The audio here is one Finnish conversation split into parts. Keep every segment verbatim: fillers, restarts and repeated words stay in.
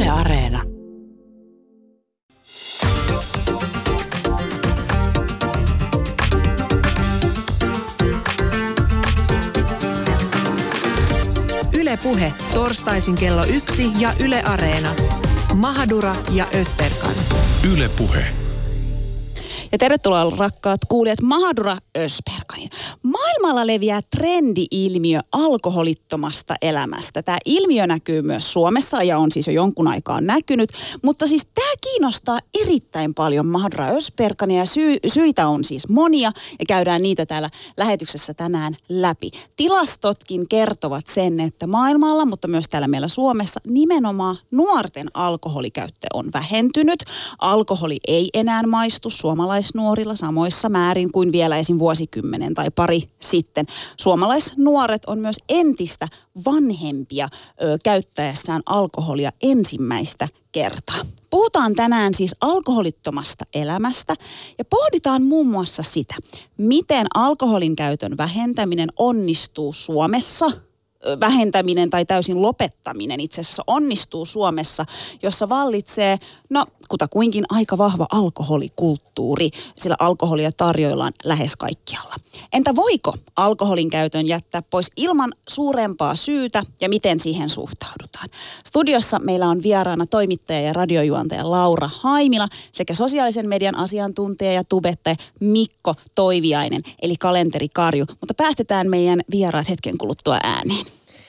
Yle Areena. Yle Puhe, torstaisin kello yksi ja Yle Areena. Mahadura ja Österkan. Yle Puhe. Ja tervetuloa rakkaat kuulijat Mahadura Ösperkanin. Maailmalla leviää trendi-ilmiö alkoholittomasta elämästä. Tämä ilmiö näkyy myös Suomessa ja on siis jo jonkun aikaa näkynyt. Mutta siis tämä kiinnostaa erittäin paljon Mahadura Ösperkania ja sy- syitä on siis monia ja käydään niitä täällä lähetyksessä tänään läpi. Tilastotkin kertovat sen, että maailmalla, mutta myös täällä meillä Suomessa nimenomaan nuorten alkoholikäyttö on vähentynyt. Alkoholi ei enää maistu suomalaisille nuorilla samoissa määrin kuin vielä esim. Vuosikymmenen tai pari sitten. Suomalaisnuoret on myös entistä vanhempia ö, käyttäessään alkoholia ensimmäistä kertaa. Puhutaan tänään siis alkoholittomasta elämästä ja pohditaan muun muassa sitä, miten alkoholin käytön vähentäminen onnistuu Suomessa. Vähentäminen tai täysin lopettaminen itse asiassa onnistuu Suomessa, jossa vallitsee, no kutakuinkin aika vahva alkoholikulttuuri, sillä alkoholia tarjoillaan lähes kaikkialla. Entä voiko alkoholin käytön jättää pois ilman suurempaa syytä ja miten siihen suhtaudutaan? Studiossa meillä on vieraana toimittaja ja radiojuontaja Laura Haimila sekä sosiaalisen median asiantuntija ja tubettaja Mikko Toiviainen, eli Kalenteri Karju. Mutta päästetään meidän vieraat hetken kuluttua ääneen.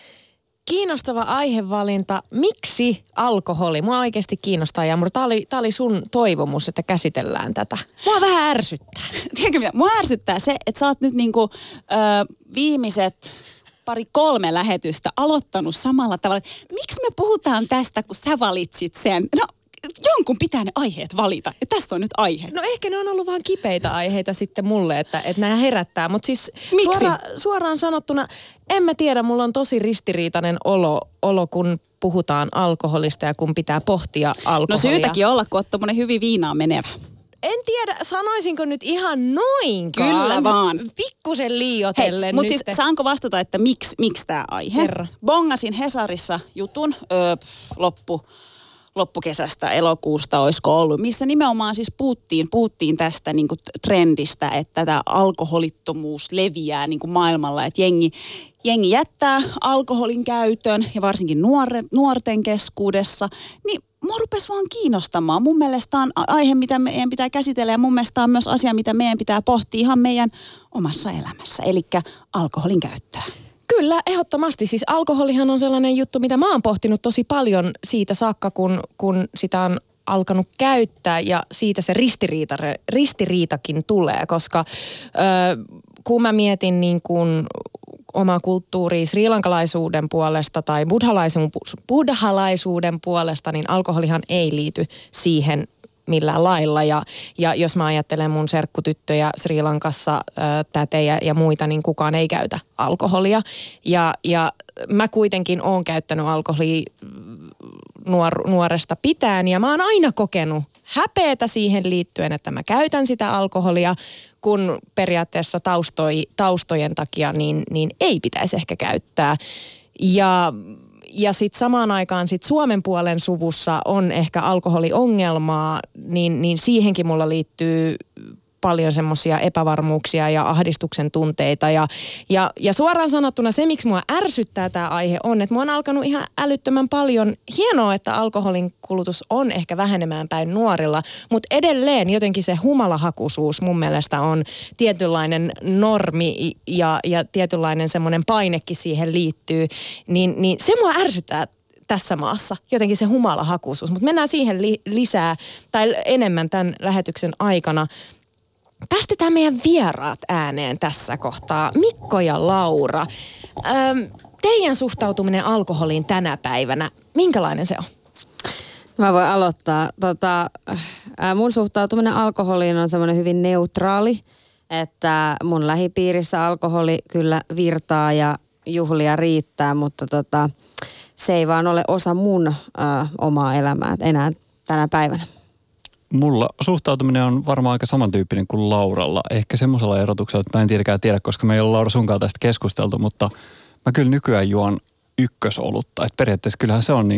Kiinnostava aihevalinta. Miksi alkoholi? Mua oikeasti kiinnostaa, Jamur. Tämä oli, tämä oli sun toivomus, että käsitellään tätä. Mua vähän ärsyttää. Tiedätkö mitä? Mua ärsyttää se, että sä oot nyt niinku ö, viimeiset pari kolme lähetystä aloittanut samalla tavalla. Miksi me puhutaan tästä, kun sä valitsit sen? No, jonkun pitää ne aiheet valita. Ja tässä on nyt aihe. No ehkä ne on ollut vaan kipeitä aiheita sitten mulle, että, että nämä herättää. Mutta siis suora, suoraan sanottuna, en mä tiedä, mulla on tosi ristiriitainen olo, olo, kun puhutaan alkoholista ja kun pitää pohtia alkoholia. No syytäkin olla, kun oot tommonen hyvin viinaan menevä. En tiedä, sanoisinko nyt ihan noinkaan. Kyllä vaan. Pikkusen liioitellen. Mutta siis saanko vastata, että miksi, miksi tämä aihe? Kerro. Bongasin Hesarissa jutun öö, loppu. loppukesästä, elokuusta olisiko ollut, missä nimenomaan siis puhuttiin, puhuttiin tästä niin kuin trendistä, että tämä alkoholittomuus leviää niin kuin maailmalla, että jengi, jengi jättää alkoholin käytön ja varsinkin nuore, nuorten keskuudessa, niin mua rupesi vaan kiinnostamaan. Mun mielestä on aihe, mitä meidän pitää käsitellä ja mun mielestä on myös asia, mitä meidän pitää pohtia ihan meidän omassa elämässä, eli alkoholin käyttöä. Kyllä, ehdottomasti. Siis alkoholihan on sellainen juttu, mitä mä oon pohtinut tosi paljon siitä saakka, kun, kun sitä on alkanut käyttää ja siitä se ristiriita, ristiriitakin tulee, koska ö, kun mä mietin niin kuin omaa kulttuuria srilankalaisuuden puolesta tai buddhalaisuuden, buddhalaisuuden puolesta, niin alkoholihan ei liity siihen millään lailla. Ja, ja jos mä ajattelen mun serkkutyttöjä Sri Lankassa, ää, tätejä ja muita, niin kukaan ei käytä alkoholia. Ja, ja mä kuitenkin oon käyttänyt alkoholia nuor, nuoresta pitäen ja mä oon aina kokenut häpeätä siihen liittyen, että mä käytän sitä alkoholia, kun periaatteessa taustoi, taustojen takia niin, niin ei pitäisi ehkä käyttää. Ja Ja sitten samaan aikaan sit Suomen puolen suvussa on ehkä alkoholiongelmaa, niin, niin siihenkin mulla liittyy paljon semmoisia epävarmuuksia ja ahdistuksen tunteita. Ja, ja, ja suoraan sanottuna se, miksi mua ärsyttää tämä aihe on, että mua on alkanut ihan älyttömän paljon. Hienoa, että alkoholin kulutus on ehkä vähenemään päin nuorilla, mutta edelleen jotenkin se humalahakuisuus mun mielestä on tietynlainen normi ja, ja tietynlainen semmoinen painekin siihen liittyy. Niin, niin se mua ärsyttää tässä maassa, jotenkin se humalahakuisuus. Mutta mennään siihen li- lisää tai enemmän tämän lähetyksen aikana. Päästetään meidän vieraat ääneen tässä kohtaa. Mikko ja Laura, öm, teidän suhtautuminen alkoholiin tänä päivänä, minkälainen se on? Mä voin aloittaa. Tota, ää, mun suhtautuminen alkoholiin on semmoinen hyvin neutraali, että mun lähipiirissä alkoholi kyllä virtaa ja juhlia riittää, mutta tota, se ei vaan ole osa mun ää, omaa elämää enää tänä päivänä. Mulla suhtautuminen on varmaan aika samantyyppinen kuin Lauralla. Ehkä semmoisella erotuksella, että mä en tietenkään tiedä, koska me ei ole Laura sunkaan tästä keskusteltu, mutta mä kyllä nykyään juon ykkösolutta. Että periaatteessa kyllähän se on niin kuin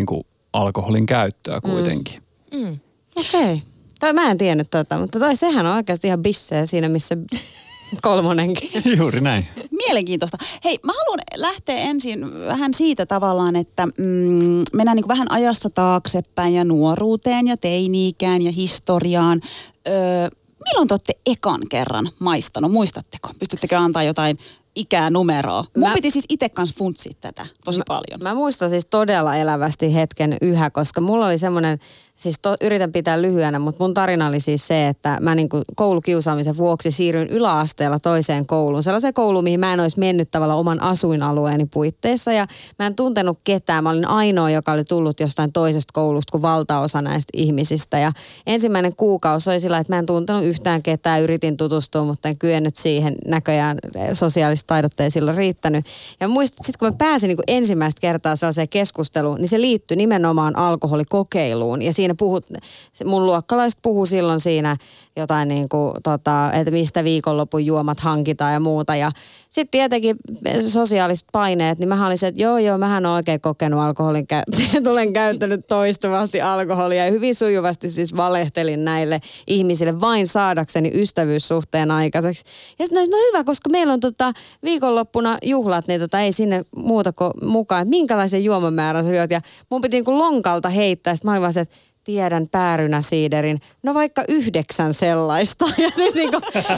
alkoholin käyttöä kuitenkin. Mm. Mm. Okei. Okay. Mä en tiennyt tota, mutta toi sehän on oikeasti ihan bissejä siinä, missä kolmonenkin. Juuri näin. Mielenkiintoista. Hei, mä haluan lähteä ensin vähän siitä tavallaan, että mm, mennään niin kuin vähän ajassa taaksepäin ja nuoruuteen ja teini-ikään ja historiaan. Öö, milloin te olette ekan kerran maistanut? Muistatteko? Pystyttekö antaa jotain ikää numeroa? Mun mä, piti siis itse kanssa funtsia tätä tosi mä, paljon. Mä muistan siis todella elävästi hetken yhä, koska mulla oli semmoinen, siis to, yritän pitää lyhyenä, mutta mun tarina oli siis se, että mä niinku koulukiusaamisen vuoksi siirryin yläasteella toiseen kouluun. Sellaiseen kouluun, mihin mä en olisi mennyt tavallaan oman asuinalueeni puitteissa ja mä en tuntenut ketään. Mä olin ainoa, joka oli tullut jostain toisesta koulusta kuin valtaosa näistä ihmisistä ja ensimmäinen kuukausi oli sillä, että mä en tuntenut yhtään ketään, yritin tutustua, mutta en kyennyt siihen näköjään sosiaalista taidot ei silloin riittänyt. Ja muistat, sitten kun mä pääsin niin kuin ensimmäistä kertaa sellaiseen keskusteluun, niin se liittyi nimenomaan alkoholikokeiluun. Ja siinä puhut, mun luokkalaiset puhu silloin siinä jotain niin kuin, tota, että mistä viikonlopun juomat hankitaan ja muuta. Ja sitten tietenkin sosiaaliset paineet, niin mä olin se, että joo joo, mähän olen oikein kokenut alkoholin käyttöä. Tulen käyttänyt toistuvasti alkoholia ja hyvin sujuvasti siis valehtelin näille ihmisille vain saadakseni ystävyyssuhteen aikaiseksi. Ja sitten no hyvä, koska meillä on tota viikonloppuna juhlat, niin tota ei sinne muuta kuin mukaan, että minkälaisen juomamäärän sä juot. Ja mun piti niin kuin lonkalta heittää, sitten mä olin vaan se, että tiedän päärynäsiiderin. No vaikka yhdeksän sellaista. Ja sit niinku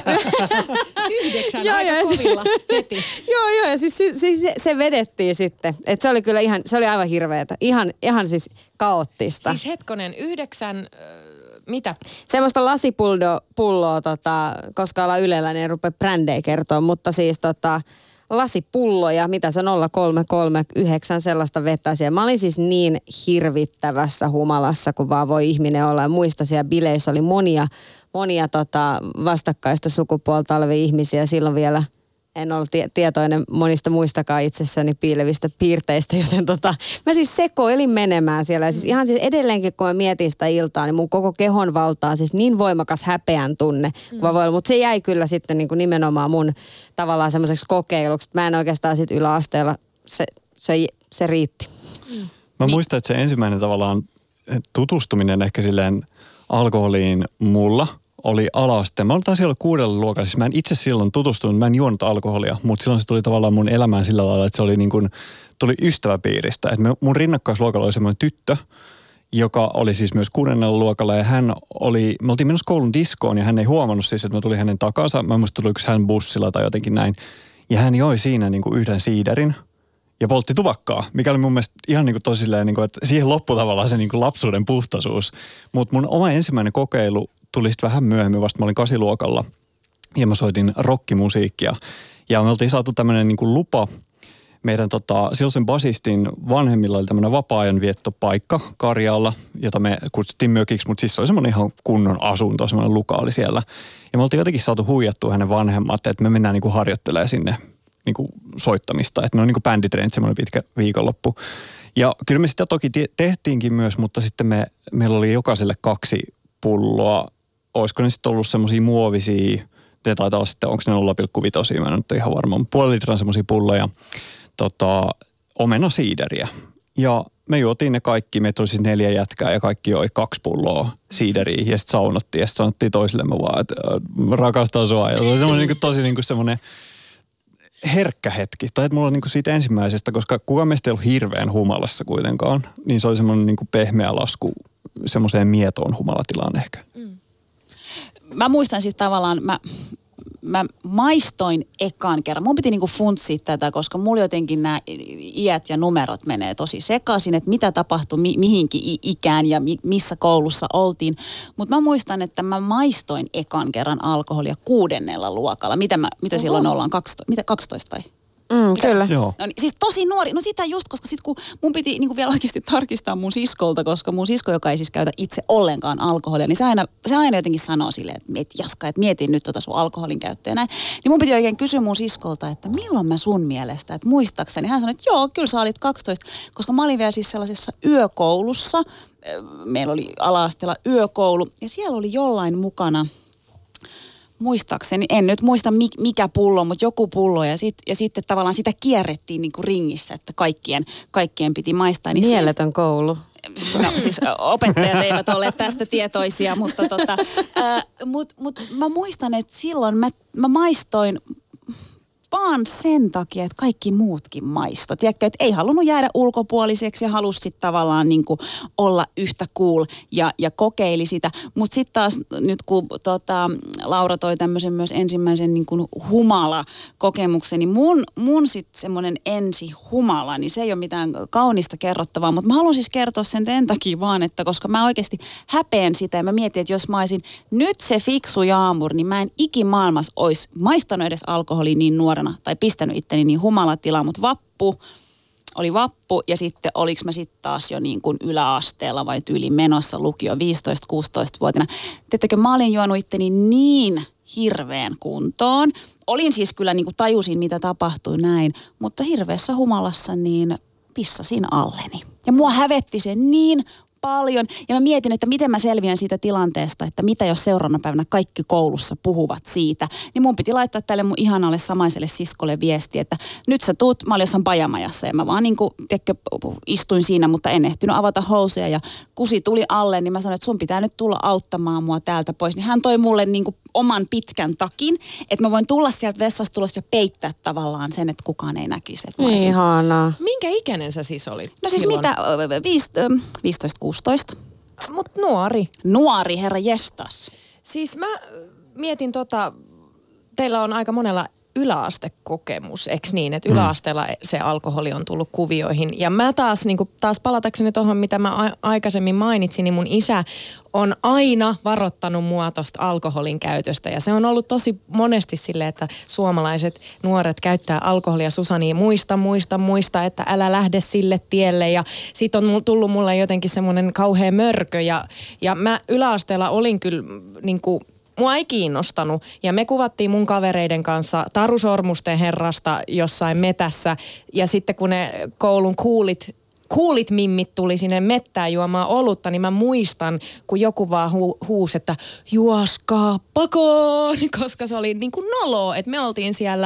yhdeksän, aika kovilla heti. Joo, joo, ja siis, siis se, se vedettiin sitten. Et se oli kyllä ihan, se oli aivan hirveetä. Ihan, ihan siis kaoottista. Siis hetkonen, yhdeksän, äh, mitä? Semmoista lasipulloa, tota, koska ollaan Ylellä, niin ei rupea brändejä kertoa, mutta siis tota... lasipulloja, mitä se nolla kolme kolme yhdeksän sellaista vetäisiä. Mä olin siis niin hirvittävässä humalassa, kun vaan voi ihminen olla. Ja muista siellä bileissä oli monia, monia tota vastakkaista sukupuolta olevia ihmisiä. Silloin vielä en ollut tie- tietoinen monista muistakaan itsessäni piilevistä piirteistä, joten tota, mä siis sekoilin menemään siellä. Ja siis ihan siis edelleenkin, kun mä mietin sitä iltaa, niin mun koko kehon valtaa siis niin voimakas häpeän tunne. Mm. Mutta se jäi kyllä sitten niin kuin nimenomaan mun tavallaan semmoiseksi kokeiluksi. Mä en oikeastaan sitten yläasteella, se, se, se riitti. Mm. Mä niin. muistan, että se ensimmäinen tavallaan tutustuminen ehkä silleen alkoholiin mulla oli ala-aste. Mä olin taas siellä kuudella luokalla. Siis mä en itse silloin tutustunut, mä en juonut alkoholia, mutta silloin se tuli tavallaan mun elämään sillä lailla, että se oli niin kuin, tuli ystäväpiiristä. Et me, mun rinnakkaisluokalla oli semmoinen tyttö, joka oli siis myös kuudennella luokalla ja hän oli, me oltiin menossa koulun diskoon ja hän ei huomannut siis, että mä tulin hänen takansa. Mä muistin, tuliko hän bussilla tai jotenkin näin. Ja hän joi siinä niin kuin yhden siiderin ja poltti tupakkaa, mikä oli mun mielestä ihan niin kuin tosilleen, niin kuin, että siihen loppui tavallaan se niin kuin lapsuuden puhtaisuus. Mutta mun oma ensimmäinen kokeilu tuli sitten vähän myöhemmin, vasta mä olin kasiluokalla ja mä soitin rockimusiikkia. Ja me oltiin saatu tämmöinen niin kuin lupa. Meidän tota, silloisen basistin vanhemmilla oli tämmöinen vapaa-ajan viettopaikka Karjaalla, jota me kutsuttiin mökiksi, mutta siis se oli semmoinen ihan kunnon asunto, semmoinen lukaali siellä. Ja me oltiin jotenkin saatu huijattua hänen vanhemmat, että me mennään niin kuin harjoittelemaan sinne niin kuin soittamista. Että ne on niin kuin bänditreenit, semmoinen pitkä viikonloppu. Ja kyllä me sitä toki tehtiinkin myös, mutta sitten me, meillä oli jokaiselle kaksi pulloa. Olisiko ne sitten ollut semmoisia muovisia, ne taitaa olla sitten, onko ne nolla pilkku viisi, mä en nyt ole ihan varma, puoli litran semmoisia pulloja, tota, omenasiideriä. Ja me juotiin ne kaikki, meitä oli siis neljä jätkää ja kaikki joi kaksi pulloa siideriä ja sitten saunottiin ja sitten sanottiin toisillemme vaan, että rakastan sua. Ja se oli semmoinen niin tosi niin kuin semmoinen herkkä hetki. Tai että mulla on niin kuin siitä ensimmäisestä, koska kukaan meistä ei ollut hirveän humalassa kuitenkaan, niin se oli semmoinen niin kuin pehmeä lasku semmoiseen mietoon humalatilaan ehkä. Mm. Mä muistan siis tavallaan, mä, mä maistoin ekan kerran. Mun piti niinku funtsia tätä, koska mulla jotenkin nämä iät ja numerot menee tosi sekaisin, että mitä tapahtui mi- mihinkin ikään ja mi- missä koulussa oltiin. Mutta mä muistan, että mä maistoin ekan kerran alkoholia kuudennella luokalla. Mitä, mä, mitä silloin ollaan? kaksitoista, mitä, kaksitoista vai? Mm, kyllä. Joo. No niin, siis tosi nuori. No sitä just, koska sit kun mun piti niin kuin vielä oikeasti tarkistaa mun siskolta, koska mun sisko, joka ei siis käytä itse ollenkaan alkoholia, niin se aina, se aina jotenkin sanoo silleen, että et, Jaska, että mietin nyt tota sun alkoholin käyttöä näin. Niin mun piti oikein kysyä mun siskolta, että milloin mä sun mielestä, että muistaakseni. Hän sanoi, että joo, kyllä sä olit kaksitoista, koska mä olin vielä siis sellaisessa yökoulussa. Meillä oli ala-asteella yökoulu ja siellä oli jollain mukana, muistaakseni, en nyt muista mikä pullo, mutta joku pullo ja, sit, ja sitten tavallaan sitä kierrettiin niin kuin ringissä, että kaikkien, kaikkien piti maistaa. Niin mieletön koulu. No siis opettajat eivät ole tästä tietoisia, mutta tota, ää, mut, mut mä muistan, että silloin mä, mä maistoin vaan sen takia, että kaikki muutkin maistoi. Tiedätkö, että ei halunnut jäädä ulkopuoliseksi ja halusi sitten tavallaan niin kuin olla yhtä cool ja, ja kokeili sitä. Mutta sitten taas nyt kun tota, Laura toi tämmöisen myös ensimmäisen niin kuin humala-kokemuksen, niin mun, mun sitten semmoinen ensi humala, niin se ei ole mitään kaunista kerrottavaa. Mutta mä haluan siis kertoa sen sen takia vaan, että koska mä oikeasti häpeän sitä ja mä mietin, että jos mä olisin nyt se fiksu jaamur, niin mä en ikimaailmassa olisi maistanut edes alkoholia niin nuorena tai pistänyt itteni niin humalatilaan, mutta vappu, oli vappu ja sitten oliks mä sitten taas jo niin kuin yläasteella vai tyyli menossa lukio viisitoista-kuusitoista-vuotiaana. Tiedättekö, mä olin juonut itteni niin hirveän kuntoon. Olin siis kyllä niin kuin tajusin, mitä tapahtui näin, mutta hirveässä humalassa niin pissasin alleni. Ja mua hävetti se niin paljon. Ja mä mietin, että miten mä selviän siitä tilanteesta, että mitä jos seuraavana päivänä kaikki koulussa puhuvat siitä. Niin mun piti laittaa tälle mun ihanalle samaiselle siskolle viesti, että nyt sä tuut, mä olin jossain pajamajassa ja mä vaan niin kuin, tiedätkö, istuin siinä, mutta en ehtinyt avata housuja ja kusi tuli alle, niin mä sanoin, että sun pitää nyt tulla auttamaan mua täältä pois. Niin hän toi mulle niin kuin oman pitkän takin, että mä voin tulla sieltä vessasta tulossa ja peittää tavallaan sen, että kukaan ei näkisi. Että olisin... Ihanaa. Minkä ikäinen sä siis olit? No siis silloin? mitä, viisitoista kuusitoista. Mut nuori. Nuori, herra jestas. Siis mä mietin tota, teillä on aika monella yläastekokemus, eikö niin? Että yläasteella se alkoholi on tullut kuvioihin. Ja mä taas, niin taas palatakseni tuohon, mitä mä a- aikaisemmin mainitsin, niin mun isä on aina varoittanut mua tosta alkoholin käytöstä. Ja se on ollut tosi monesti silleen, että suomalaiset nuoret käyttää alkoholia. Susani, muista, muista, muista, että älä lähde sille tielle. Ja sit on tullut mulle jotenkin semmoinen kauhea mörkö. Ja, ja mä yläasteella olin kyllä niin kuin mua ei kiinnostanut ja me kuvattiin mun kavereiden kanssa Taru Sormusten herrasta jossain metässä ja sitten kun ne koulun kuulit, kuulit mimmit tuli sinne mettään juomaan olutta, niin mä muistan, kun joku vaan hu- huusi, että juoskaa pakoon, koska se oli niin kuin noloa, että me oltiin siellä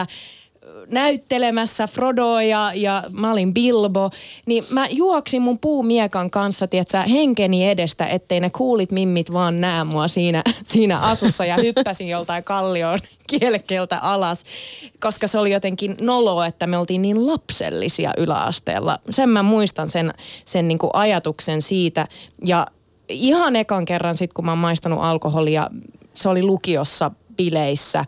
näyttelemässä Frodoa ja, ja mä olin Bilbo, niin mä juoksin mun puumiekan kanssa, tietsä, henkeni edestä, ettei ne kuulit mimmit vaan näe mua siinä, siinä asussa ja hyppäsin joltain kallion kielekkeeltä alas, koska se oli jotenkin noloa, että me oltiin niin lapsellisia yläasteella. Sen mä muistan sen, sen niin kuin ajatuksen siitä ja ihan ekan kerran sit, kun mä oon maistanut alkoholia, se oli lukiossa bileissä.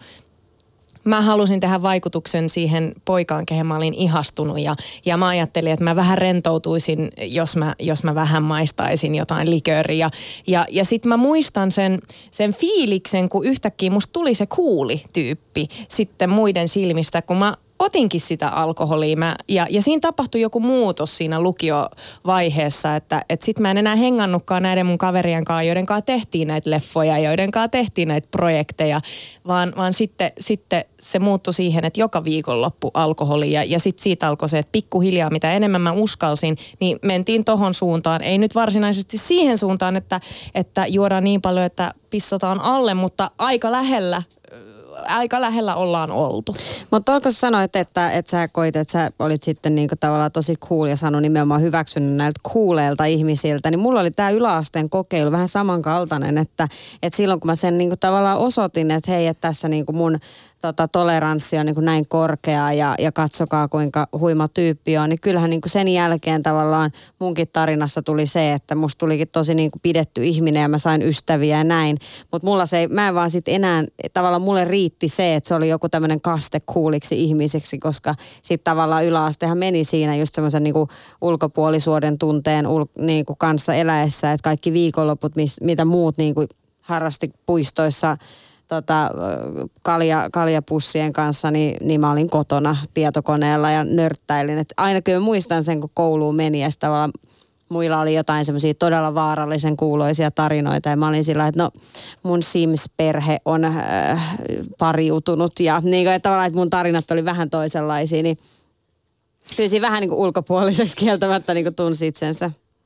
Mä halusin tehdä vaikutuksen siihen poikaan, kehen mä olin ihastunut ja, ja mä ajattelin, että mä vähän rentoutuisin, jos mä, jos mä vähän maistaisin jotain likööriä. Ja, ja sit mä muistan sen, sen fiiliksen, kun yhtäkkiä musta tuli se cooli-tyyppi sitten muiden silmistä, kun mä otinkin sitä alkoholia mä, ja, ja siinä tapahtui joku muutos siinä lukiovaiheessa, että et sit mä en enää hengannutkaan näiden mun kaverien kanssa, joiden kanssa tehtiin näitä leffoja, joiden kanssa tehtiin näitä projekteja, vaan, vaan sitten, sitten se muuttui siihen, että joka viikonloppu alkoholia ja, ja sitten siitä alkoi se, että pikkuhiljaa mitä enemmän mä uskalsin, niin mentiin tohon suuntaan. Ei nyt varsinaisesti siihen suuntaan, että, että juodaan niin paljon, että pissataan alle, mutta aika lähellä aika lähellä ollaan oltu. Mutta onko sä sanoit, että, että sä koit, että sä olit sitten niinku tavallaan tosi cool ja sanoi nimenomaan hyväksynyt näiltä cooleilta ihmisiltä, niin mulla oli tää yläasteen kokeilu vähän samankaltainen, että, että silloin kun mä sen niinku tavallaan osoitin, että hei, että tässä niinku mun tota, toleranssi on niinku näin korkea ja, ja katsokaa kuinka huima tyyppi on, niin kyllähän niinku sen jälkeen tavallaan munkin tarinassa tuli se, että musta tulikin tosi niinku pidetty ihminen ja mä sain ystäviä ja näin, mutta mulla se ei, mä en vaan sit enää, tavallaan mulle riitti se, että se oli joku tämmöinen kaste kuuliksi ihmiseksi, koska sitten tavallaan yläastehan meni siinä just semmoisen niinku ulkopuolisuuden tunteen ul, niinku kanssa eläessä, että kaikki viikonloput, mis, mitä muut niinku harrasti puistoissa tota, kalja, kaljapussien kanssa, niin, niin mä olin kotona tietokoneella ja nörttäilin. Et aina kyllä muistan sen, kun kouluun meni ja tavallaan muilla oli jotain semmoisia todella vaarallisen kuuloisia tarinoita ja mä olin sillä, että no mun Sims-perhe on äh, pariutunut ja niin kuin, että tavallaan, että mun tarinat oli vähän toisenlaisia, niin kyllä siinä vähän niin kuin ulkopuoliseksi kieltämättä niin kuin tunsi itsensä.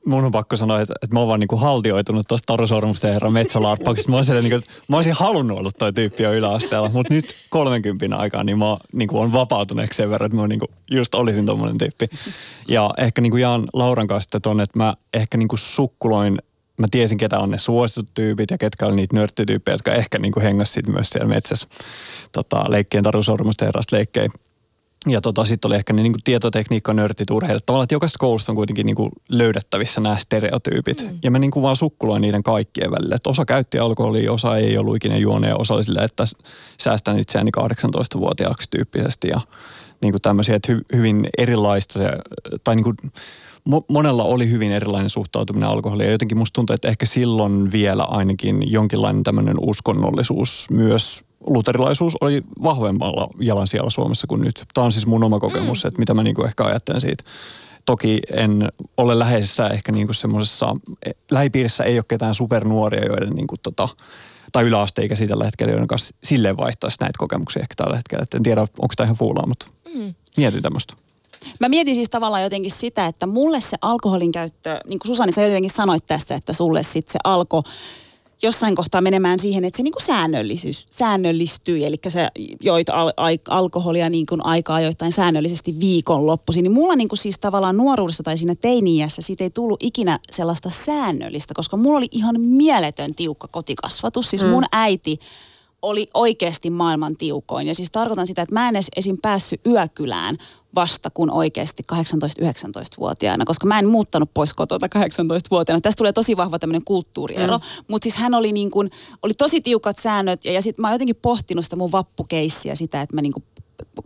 mun on pakko sanoa, että, että mä oon vaan niinku haltioitunut tuosta Taru Sormusten herran metsälarppauksesta. Mä, niinku, mä olisin halunnut olla toi tyyppi jo yläasteella, mutta nyt kolmenkympin aikaan niin mä niinku on vapautuneeksi sen verran, että mä niinku just olisin tommonen tyyppi. Ja ehkä niinku jaan Lauran kanssa sitten ton, että mä ehkä niinku sukkuloin, mä tiesin ketä on ne suositut tyypit ja ketkä oli niitä nörttityyppejä, jotka ehkä niinku hengasivat myös siellä metsässä tota, leikkien Taru Sormusten herrasta leikkejä. Ja tota, sitten oli ehkä ne niinku tietotekniikka-nörtit urheilijat. Tavallaan, että jokaisesta koulusta on kuitenkin niinku löydettävissä nämä stereotyypit. Mm. Ja mä niinku vaan sukkuloin niiden kaikkien välillä. Että osa käytti alkoholia, osa ei ollut ikinä juonut ja osa oli silleen, että säästän itseäni kahdeksantoistavuotiaaksi tyyppisesti. Ja niinku tämmöisiä, että hy, hyvin erilaista se, tai niinku mo, monella oli hyvin erilainen suhtautuminen alkoholiin. Ja jotenkin musta tuntuu, että ehkä silloin vielä ainakin jonkinlainen tämmöinen uskonnollisuus myös luterilaisuus oli vahvemmalla jalansijalla Suomessa kuin nyt. Tämä on siis mun oma kokemus, mm. että mitä mä niinku ehkä ajattelen siitä. Toki en ole läheisessä ehkä niinku semmoisessa, lähipiirissä ei ole ketään supernuoria, joiden niinku tota, tai yläasteikäisiä tällä hetkellä, joiden kanssa silleen vaihtaisi näitä kokemuksia ehkä tällä hetkellä. Et en tiedä, onko tämä ihan fuulaa, mutta mm. mietin tämmöistä. Mä mietin siis tavallaan jotenkin sitä, että mulle se alkoholin käyttö, niin kuin Susanni, sä jotenkin sanoit tässä, että sulle sitten se alkoi jossain kohtaa menemään siihen, että se niinku säännöllistyy, eli sä joit al- al- alkoholia niin kuin aikaa joittain säännöllisesti viikonloppuisin. Niin mulla niinku siis tavallaan nuoruudessa tai siinä teini-iässä siitä ei tullut ikinä sellaista säännöllistä, koska mulla oli ihan mieletön tiukka kotikasvatus. Siis mun mm. äiti oli oikeasti maailman tiukoin. Ja siis tarkoitan sitä, että mä en edes esim. Päässyt yökylään vasta kun oikeasti kahdeksantoista-yhdeksäntoista-vuotiaana, koska mä en muuttanut pois kotota kahdeksantoista-vuotiaana. Tästä tulee tosi vahva tämmöinen kulttuuriero, mm. mutta siis hän oli niin kuin, oli tosi tiukat säännöt ja, ja sitten mä oon jotenkin pohtinut sitä mun vappukeissiä, sitä, että mä niin kuin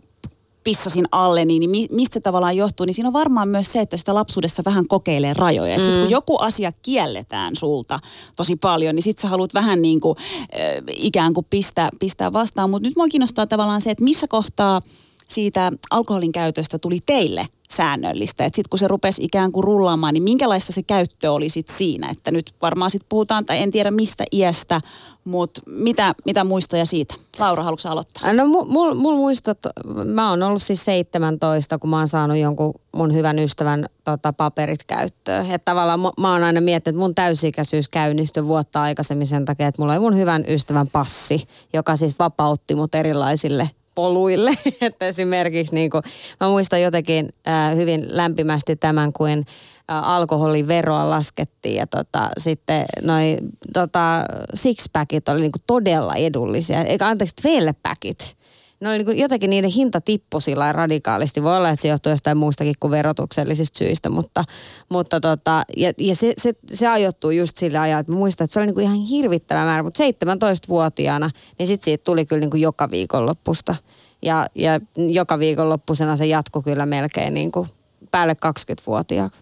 pissasin alle, niin mistä se tavallaan johtuu, niin siinä on varmaan myös se, että sitä lapsuudessa vähän kokeilee rajoja. Mm. Sitten kun joku asia kielletään sulta tosi paljon, niin sit sä haluat vähän niin kuin äh, ikään kuin pistää, pistää vastaan. Mutta nyt mua kiinnostaa tavallaan se, että missä kohtaa siitä alkoholin käytöstä tuli teille säännöllistä. Että sitten kun se rupesi ikään kuin rullaamaan, niin minkälaista se käyttö oli sitten siinä? Että nyt varmaan sitten puhutaan, tai en tiedä mistä iästä, mutta mitä, mitä muistoja siitä? Laura, haluatko aloittaa? No mulla mul muistot, mä oon ollut siis seitsemäntoista, kun mä oon saanut jonkun mun hyvän ystävän tota, paperit käyttöön. Että tavallaan mä oon aina miettinyt, että mun täysikäisyys käynnistyi vuotta aikaisemmin sen takia, että mulla oli mun hyvän ystävän passi, joka siis vapautti mut erilaisille poluille. Että esimerkiksi niin kuin, mä muistan jotenkin äh, hyvin lämpimästi tämän, kun äh, alkoholiveroa laskettiin ja tota, sitten noi tota, six-packit oli niin kuin todella edullisia. Eikä anteeksi, twelve-packit. Ne oli niin kuin, jotenkin niiden hinta tippui sillä radikaalisti. Voi olla, että se johtuu jostain muustakin kuin verotuksellisista syistä, mutta, mutta tota, ja, ja se, se, se ajoittuu just sillä ajalla, että mä muistan, että se oli niin kuin ihan hirvittävä määrä, mutta seitsemäntoistavuotiaana, niin sitten siitä tuli kyllä niin kuin joka viikonloppusta. Ja, ja joka viikonloppusena se jatkui kyllä melkein niin kuin päälle kaksikymmentävuotiaaksi.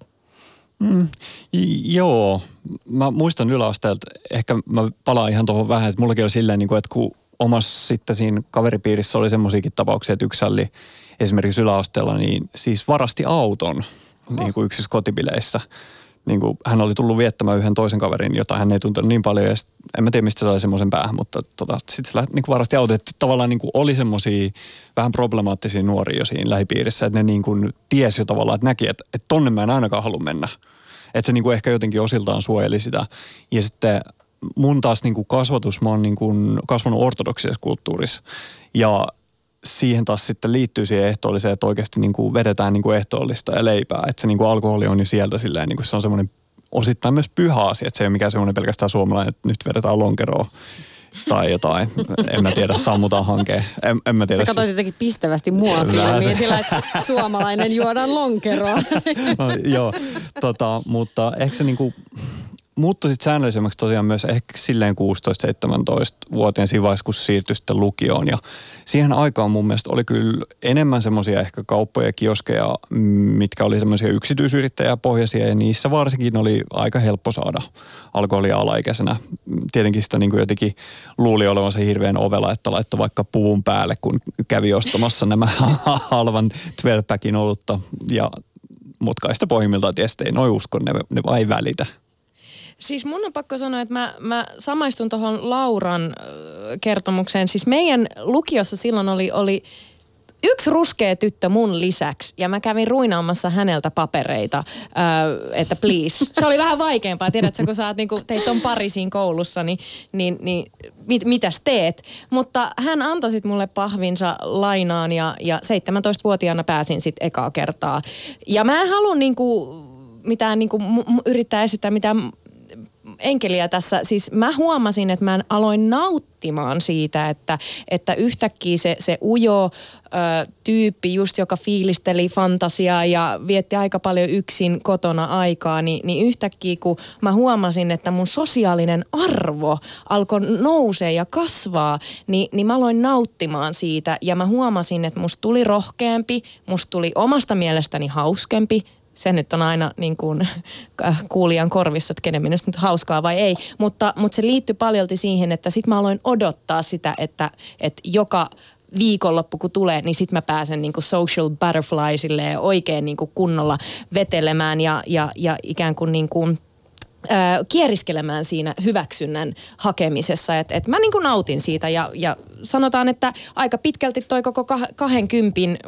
Mm, joo, mä muistan yläasteelta, ehkä mä palaan ihan tuohon vähän, että mullakin oli silleen, niin kuin, että kun omassa sitten siinä kaveripiirissä oli semmoisiakin tapauksia, että yksi oli esimerkiksi yläasteella, niin siis varasti auton oh. niin kuin yksissä kotibileissä. Niin kuin hän oli tullut viettämään yhden toisen kaverin, jota hän ei tuntenut niin paljon. Ja sit, en mä tiedä, mistä se sai semmoisen päähän, mutta tota, sitten se niin kuin varasti autot. Että tavallaan niin kuin oli semmoisia vähän problemaattisia nuoria jo siinä lähipiirissä, että ne niin kuin tiesi jo tavallaan, että näki, että, että tonne mä en ainakaan halua mennä. Että se niin kuin ehkä jotenkin osiltaan suojeli sitä. Ja sitten mun taas niin kuin kasvatus, mä oon niin kuin kasvanut ortodoksisessa kulttuurissa ja siihen taas sitten liittyy siihen ehtoolliseen, että oikeasti niin kuin vedetään niin kuin ehtoollista ja leipää. Että se niin kuin alkoholi on jo sieltä silleen, niin kuin se on semmoinen osittain myös pyhä asia, että se ei ole mikään semmoinen pelkästään suomalainen, että nyt vedetään lonkeroa tai jotain. En mä tiedä, sammutaan hankeen. En, en mä tiedä. Sä katsoit siis jotenkin pistävästi mua silmiin sillä, että suomalainen juodaan lonkeroa. No, joo, tota, mutta ehkä se niinku muuttui sitten säännöllisemmäksi tosiaan myös ehkä silleen kuusitoista-seitsemäntoista-vuotiaan siinä vaiheessa, kun siirtyi sitten lukioon. Ja siihen aikaan mun mielestä oli kyllä enemmän semmoisia ehkä kauppoja ja kioskeja, mitkä oli semmoisia yksityisyrittäjäpohjaisia ja niissä varsinkin oli aika helppo saada alkoholia alaikäisenä. Tietenkin sitä niin kuin jotenkin luuli olevansa hirveän ovela, että laittoi vaikka puvun päälle, kun kävi ostamassa nämä halvan twelve-packin olutta. Ja mutkaista pohjimmiltaan tietysti ei noi usko, ne, ne vaan ei välitä. Siis mun on pakko sanoa, että mä, mä samaistun tuohon Lauran kertomukseen. Siis meidän lukiossa silloin oli, oli yksi ruskea tyttö mun lisäksi, ja mä kävin ruinaamassa häneltä papereita, öö, että please. Se oli vähän vaikeampaa, tiedätkö, kun sä oot niinku, teit on pari siinä koulussa, niin, niin, niin mit, mitäs teet? Mutta hän antoi sit mulle pahvinsa lainaan, ja, ja seitsemäntoistavuotiaana pääsin sit ekaa kertaa. Ja mä en halua niinku mitään niinku, m- yrittää esittää mitään enkeliä tässä. Siis mä huomasin, että mä aloin nauttimaan siitä, että, että yhtäkkiä se, se ujo ö, tyyppi, just joka fiilisteli fantasiaa ja vietti aika paljon yksin kotona aikaa, niin, niin yhtäkkiä kun mä huomasin, että mun sosiaalinen arvo alkoi nousee ja kasvaa, niin, niin mä aloin nauttimaan siitä ja mä huomasin, että musta tuli rohkeampi, musta tuli omasta mielestäni hauskempi. Se nyt on aina niin kuin kuulijan korvissa, että kenen minusta nyt hauskaa vai ei. Mutta, mutta se liittyy paljolti siihen, että sit mä aloin odottaa sitä, että, että joka viikonloppu kun tulee, niin sit mä pääsen niin kuin social butterfly silleen oikein niin kuin kunnolla vetelemään ja, ja, ja ikään kuin niin kuin ää, kieriskelemään siinä hyväksynnän hakemisessa. Että et mä niin kuin nautin siitä ja, ja sanotaan, että aika pitkälti toi koko kahden kympin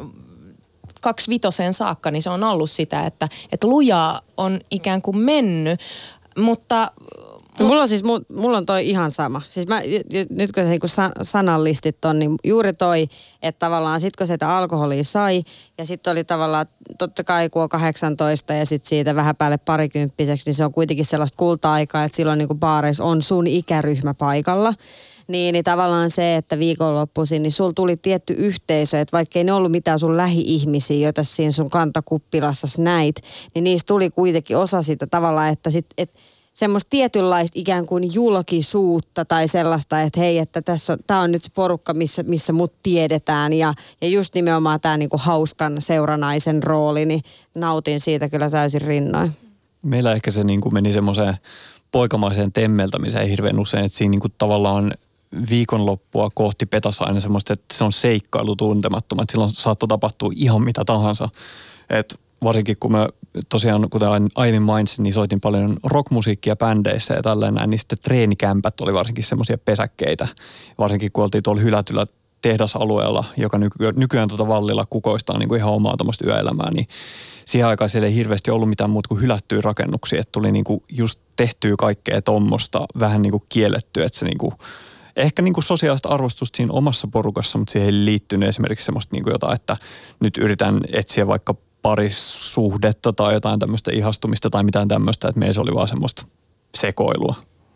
kaksi vitoseen saakka, niin se on ollut sitä, että, että lujaa on ikään kuin mennyt, mutta No, mulla on siis, mulla on toi ihan sama. Siis mä, nyt kun sä niin sanallistit on, niin juuri toi, että tavallaan sit kun sitä alkoholia sai, ja sitten oli tavallaan, totta kai kun on kahdeksantoista ja sitten siitä vähän päälle parikymppiseksi, niin se on kuitenkin sellaista kulta-aikaa, että silloin niin kuin baareissa on sun ikäryhmä paikalla. Niin, niin tavallaan se, että viikonloppuisin, niin sulla tuli tietty yhteisö, että vaikka ei ne ollut mitään sun lähi-ihmisiä, joita siinä sun kantakuppilassas näit, niin niistä tuli kuitenkin osa sitä tavallaan, että sit, et, semmoista tietynlaista ikään kuin julkisuutta tai sellaista, että hei, että tässä on, tää on nyt se porukka, missä, missä mut tiedetään ja, ja just nimenomaan tää niinku hauskan seuranaisen rooli, niin nautin siitä kyllä täysin rinnoin. Meillä ehkä se niinku meni semmoiseen poikamaiseen temmeltämiseen hirveän usein, että siinä niinku tavallaan viikonloppua kohti petasi aina semmoista, että se on seikkailu tuntemattomat. Silloin saattoi tapahtua ihan mitä tahansa. Et varsinkin kun mä tosiaan, kuten aiemmin mainitsin, niin soitin paljon rockmusiikkia bändeissä ja tällainen, niin sitten treenikämpät oli varsinkin semmoisia pesäkkeitä. Varsinkin kun oltiin tuolla hylätyllä tehdasalueella, joka nyky- nykyään tuota Vallilla kukoistaa niin kuin ihan omaa tämmöistä yöelämää, niin siihen aikaan siellä ei hirveästi ollut mitään muuta kuin hylättyjä rakennuksia, että tuli niin kuin just tehtyä kaikkea tommosta, vähän niin kuin kiellettyä, että se niin kuin ehkä niin kuin sosiaalista arvostusta siinä omassa porukassa, mutta siihen ei liittynyt esimerkiksi semmoista niin kuin jotain, että nyt yritän etsiä vaikka parisuhdetta tai jotain tämmöistä ihastumista tai mitään tämmöistä, että meissä oli vaan semmoista sekoilua.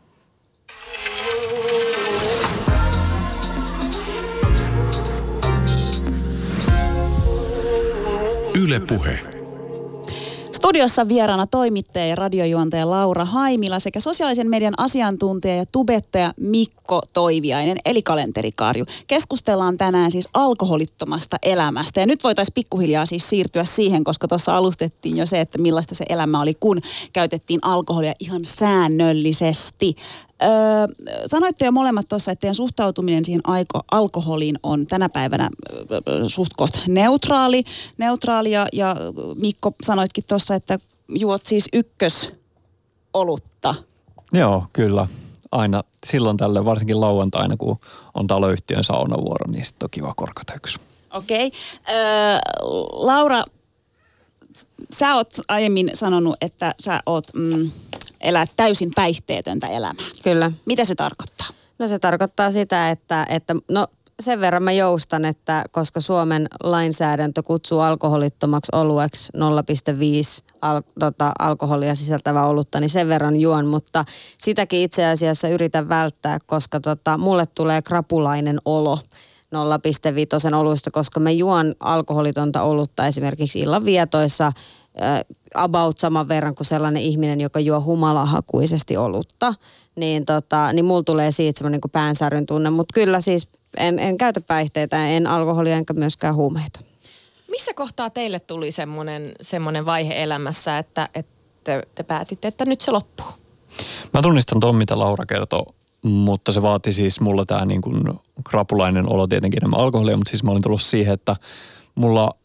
Yle Puhe. Studiossa vieraana toimittaja ja radiojuontaja Laura Haimila sekä sosiaalisen median asiantuntija ja tubettaja Mikko Toiviainen, eli kalenterikaarju. Keskustellaan tänään siis alkoholittomasta elämästä. Ja nyt voitaisiin pikkuhiljaa siis siirtyä siihen, koska tuossa alustettiin jo se, että millaista se elämä oli, kun käytettiin alkoholia ihan säännöllisesti. Öö, sanoitte jo molemmat tuossa, että teidän suhtautuminen siihen aiko, alkoholiin on tänä päivänä öö, suht koht neutraali. neutraali ja, ja Mikko sanoitkin tuossa, että juot siis ykkösolutta. Joo, kyllä. Aina silloin tällöin, varsinkin lauantaina, kun on taloyhtiön saunavuoro, niin sitten on kiva korkata yksi. Okei. Okay. Öö, Laura, sä oot aiemmin sanonut, että sä oot Mm, elää täysin päihteetöntä elämää. Kyllä. Mitä se tarkoittaa? No se tarkoittaa sitä, että, että no sen verran mä joustan, että koska Suomen lainsäädäntö kutsuu alkoholittomaksi olueksi nolla pilkku viisi al, tota, alkoholia sisältävä olutta, niin sen verran juon, mutta sitäkin itse asiassa yritän välttää, koska tota, mulle tulee krapulainen olo nolla pilkku viisi oluista, koska mä juon alkoholitonta olutta esimerkiksi illanvietoissa about saman verran kuin sellainen ihminen, joka juo humalahakuisesti olutta, niin, tota, niin mulla tulee siitä semmoinen niin päänsäryn tunne. Mutta kyllä siis en, en käytä päihteitä, en alkoholia enkä myöskään huumeita. Missä kohtaa teille tuli semmoinen, semmoinen vaihe elämässä, että, että te, te päätitte, että nyt se loppuu? Mä tunnistan ton, mitä Laura kertoo, mutta se vaati siis mulla tää niin kuin krapulainen olo tietenkin enemmän alkoholia, mutta siis mä olin tullut siihen, että mulla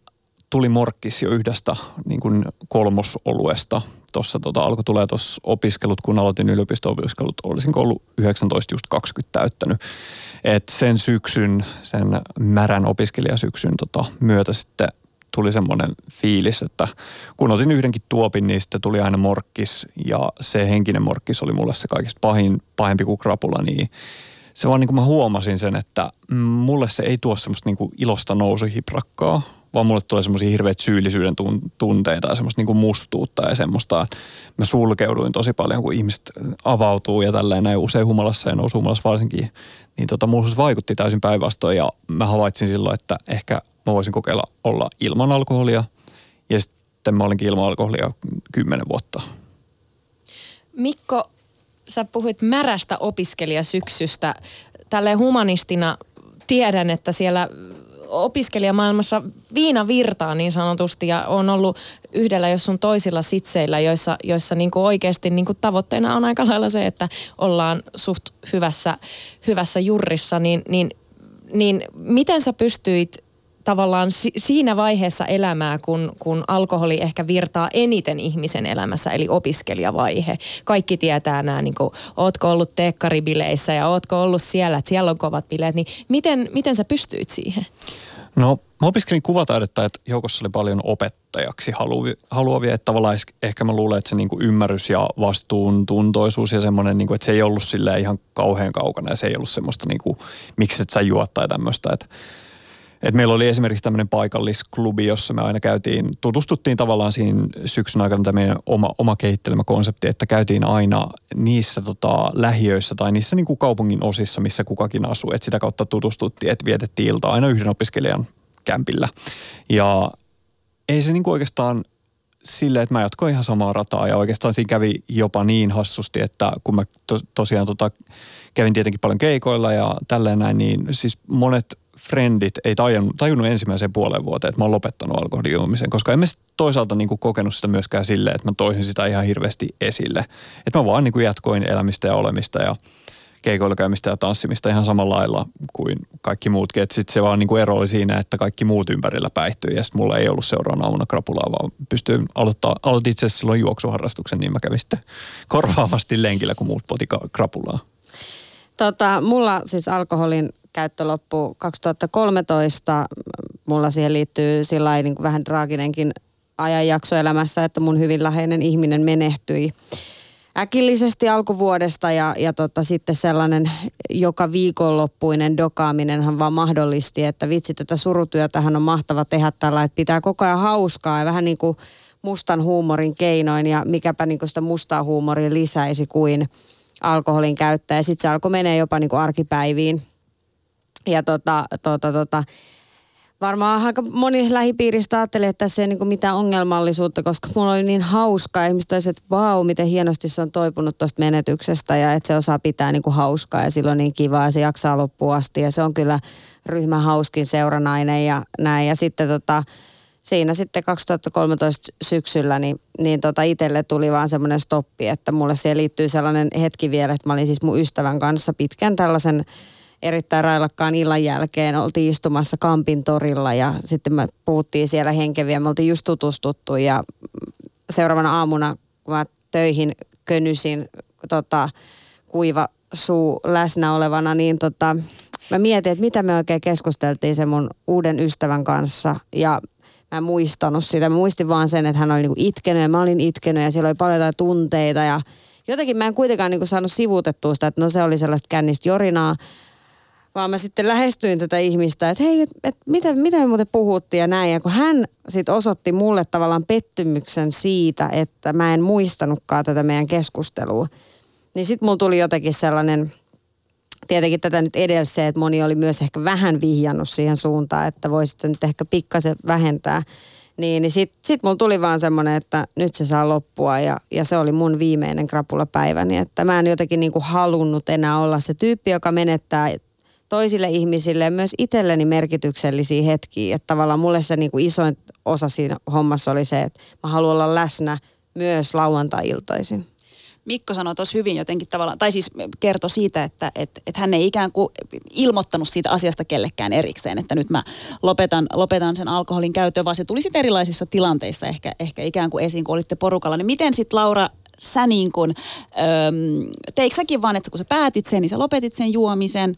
tuli morkkis jo yhdestä niin kuin kolmosoluesta. Tuossa tota, alkoi tulee tuossa opiskelut, kun aloitin yliopisto-opiskelut, olisin ollut yhdeksäntoista just kaksikymmentä täyttänyt. Et sen syksyn, sen märän opiskelijasyksyn tota, myötä sitten tuli semmoinen fiilis, että kun otin yhdenkin tuopin, niin sitten tuli aina morkkis ja se henkinen morkkis oli mulle se kaikista pahin, pahempi kuin krapula, niin se vaan niin kuin mä huomasin sen, että mulle se ei tuo semmoista niin kuin ilosta nousuhiprakkaa, vaan mulle tulee semmoisia hirveitä syyllisyyden tunteita ja semmoista niin kuin mustuutta ja semmoista. Mä sulkeuduin tosi paljon, kun ihmiset avautuu ja tälleen näin usein humalassa ja nousuhumalassa varsinkin. Niin tota, mulla vaikutti täysin päinvastoin ja mä havaitsin silloin, että ehkä mä voisin kokeilla olla ilman alkoholia. Ja sitten mä olinkin ilman alkoholia kymmenen vuotta. Mikko, sä puhuit märästä opiskelijasyksystä. Tälleen humanistina tiedän, että siellä opiskelijamaailmassa viina virtaa niin sanotusti ja on ollut yhdellä jos sun toisilla sitseillä, joissa, joissa niinku oikeasti niinku tavoitteena on aika lailla se, että ollaan suht hyvässä, hyvässä jurrissa, niin, niin, niin miten sä pystyit tavallaan si- siinä vaiheessa elämää, kun, kun alkoholi ehkä virtaa eniten ihmisen elämässä, eli opiskelijavaihe. Kaikki tietää nämä, niin kuin, ootko ollut teekkaribileissä ja ootko ollut siellä, että siellä on kovat bileet, niin miten, miten sä pystyit siihen? No mä opiskelin kuvataidetta, että joukossa oli paljon opettajaksi haluavia, että tavallaan ehkä mä luulen, että se niinku ymmärrys ja vastuuntuntoisuus ja semmoinen, niinku, että se ei ollut silleen ihan kauhean kaukana ja se ei ollut semmoista niinku, miksi et sä juot tai tämmöistä, että Et meillä oli esimerkiksi tämmöinen paikallisklubi, jossa me aina käytiin, tutustuttiin tavallaan siinä syksyn aikana tämä meidän oma, oma kehittelemä konsepti, että käytiin aina niissä tota, lähiöissä tai niissä niin kuin kaupungin osissa, missä kukakin asuu. Että sitä kautta tutustuttiin, että vietettiin iltaa aina yhden opiskelijan kämpillä. Ja ei se niin kuin oikeastaan silleen, että mä jatkoin ihan samaa rataa ja oikeastaan siinä kävi jopa niin hassusti, että kun mä to, tosiaan tota, kävin tietenkin paljon keikoilla ja tälleen näin, niin siis monet frendit ei tajunnut, tajunnut ensimmäiseen puoleen vuoteen, että mä oon lopettanut alkoholin juomisen, koska emme toisaalta niin kuin kokenut sitä myöskään silleen, että mä toisin sitä ihan hirveästi esille. Että mä vaan niin kuin jatkoin elämistä ja olemista ja keikoilla käymistä ja tanssimista ihan samalla lailla kuin kaikki muutkin. Että sitten se vaan niin kuin ero oli siinä, että kaikki muut ympärillä päihtyi ja sitten mulla ei ollut seuraavana aamuna krapulaa, vaan pystyin aloittaa, aloitin itse asiassa silloin juoksuharrastuksen, niin mä kävin sitten korvaavasti lenkillä, kun muut poti krapulaa. Tota, mulla siis alkoholin käyttö loppui kaksituhattakolmetoista. Mulla siihen liittyy sillai niin kuin vähän traaginenkin ajanjakso elämässä, että mun hyvin läheinen ihminen menehtyi äkillisesti alkuvuodesta ja, ja tota, sitten sellainen joka viikonloppuinen dokaaminenhan vaan mahdollisti, että vitsi, tätä surutyötähän on mahtava tehdä tällä, että pitää koko ajan hauskaa ja vähän niin kuin mustan huumorin keinoin ja mikäpä niin kuin sitä mustaa huumoria lisäisi kuin alkoholin käyttää. Ja sitten se alkoi menee jopa niin kuin arkipäiviin. Ja tota, tota, tota, varmaan aika moni lähipiiristä ajattelee, että tässä ei ole niin mitään ongelmallisuutta, koska mulla oli niin hauskaa. Ihmiset olisivat, että vau, miten hienosti se on toipunut tuosta menetyksestä ja että se osaa pitää niin kuin hauskaa ja silloin niin kivaa ja se jaksaa loppuun asti. Ja se on kyllä ryhmän hauskin seuranainen ja näin. Ja sitten tota, siinä sitten kaksituhattakolmetoista syksyllä niin, niin tota itselle tuli vaan semmoinen stoppi, että mulle siihen liittyy sellainen hetki vielä, että mä olin siis mun ystävän kanssa pitkän tällaisen erittäin railakkaan illan jälkeen. Oltiin istumassa Kampin torilla ja sitten me puhuttiin siellä henkeviä. Me oltiin just tutustuttu ja seuraavana aamuna, kun mä töihin könysin tota, kuiva suu läsnä olevana, niin tota, mä mietin, että mitä me oikein keskusteltiin sen mun uuden ystävän kanssa ja mä en muistanut sitä. Mä muistin vaan sen, että hän oli niinku itkenyt ja mä olin itkenyt ja siellä oli paljon jotain tunteita ja jotenkin mä en kuitenkaan niinku saanut sivuutettua sitä, että no se oli sellaista kännistä jorinaa. Vaan mä sitten lähestyin tätä ihmistä, että hei, et, et, mitä, mitä me muuten puhuttiin ja näin. Ja kun hän sitten osoitti mulle tavallaan pettymyksen siitä, että mä en muistanutkaan tätä meidän keskustelua, niin sitten mulla tuli jotenkin sellainen, tietenkin tätä nyt edelleen, että moni oli myös ehkä vähän vihjannut siihen suuntaan, että voisit nyt ehkä pikkasen vähentää. Niin, niin sitten sit mulla tuli vaan semmoinen, että nyt se saa loppua ja, ja se oli mun viimeinen krapulapäiväni. Että mä en jotenkin niinku halunnut enää olla se tyyppi, joka menettää toisille ihmisille ja myös itselleni merkityksellisiä hetkiä. Että tavallaan mulle se niinku isoin osa siinä hommassa oli se, että mä haluan olla läsnä myös lauantai-iltaisin. Mikko sanoi tuossa hyvin jotenkin tavallaan, tai siis kertoi siitä, että et, et hän ei ikään kuin ilmoittanut siitä asiasta kellekään erikseen, että nyt mä lopetan, lopetan sen alkoholin käytön, vaan se tuli sitten erilaisissa tilanteissa ehkä, ehkä ikään kuin esiin, kun olitte porukalla. Niin miten sitten Laura, sä niin kuin, öm, teikö säkin vaan, että kun sä päätit sen, niin sä lopetit sen juomisen?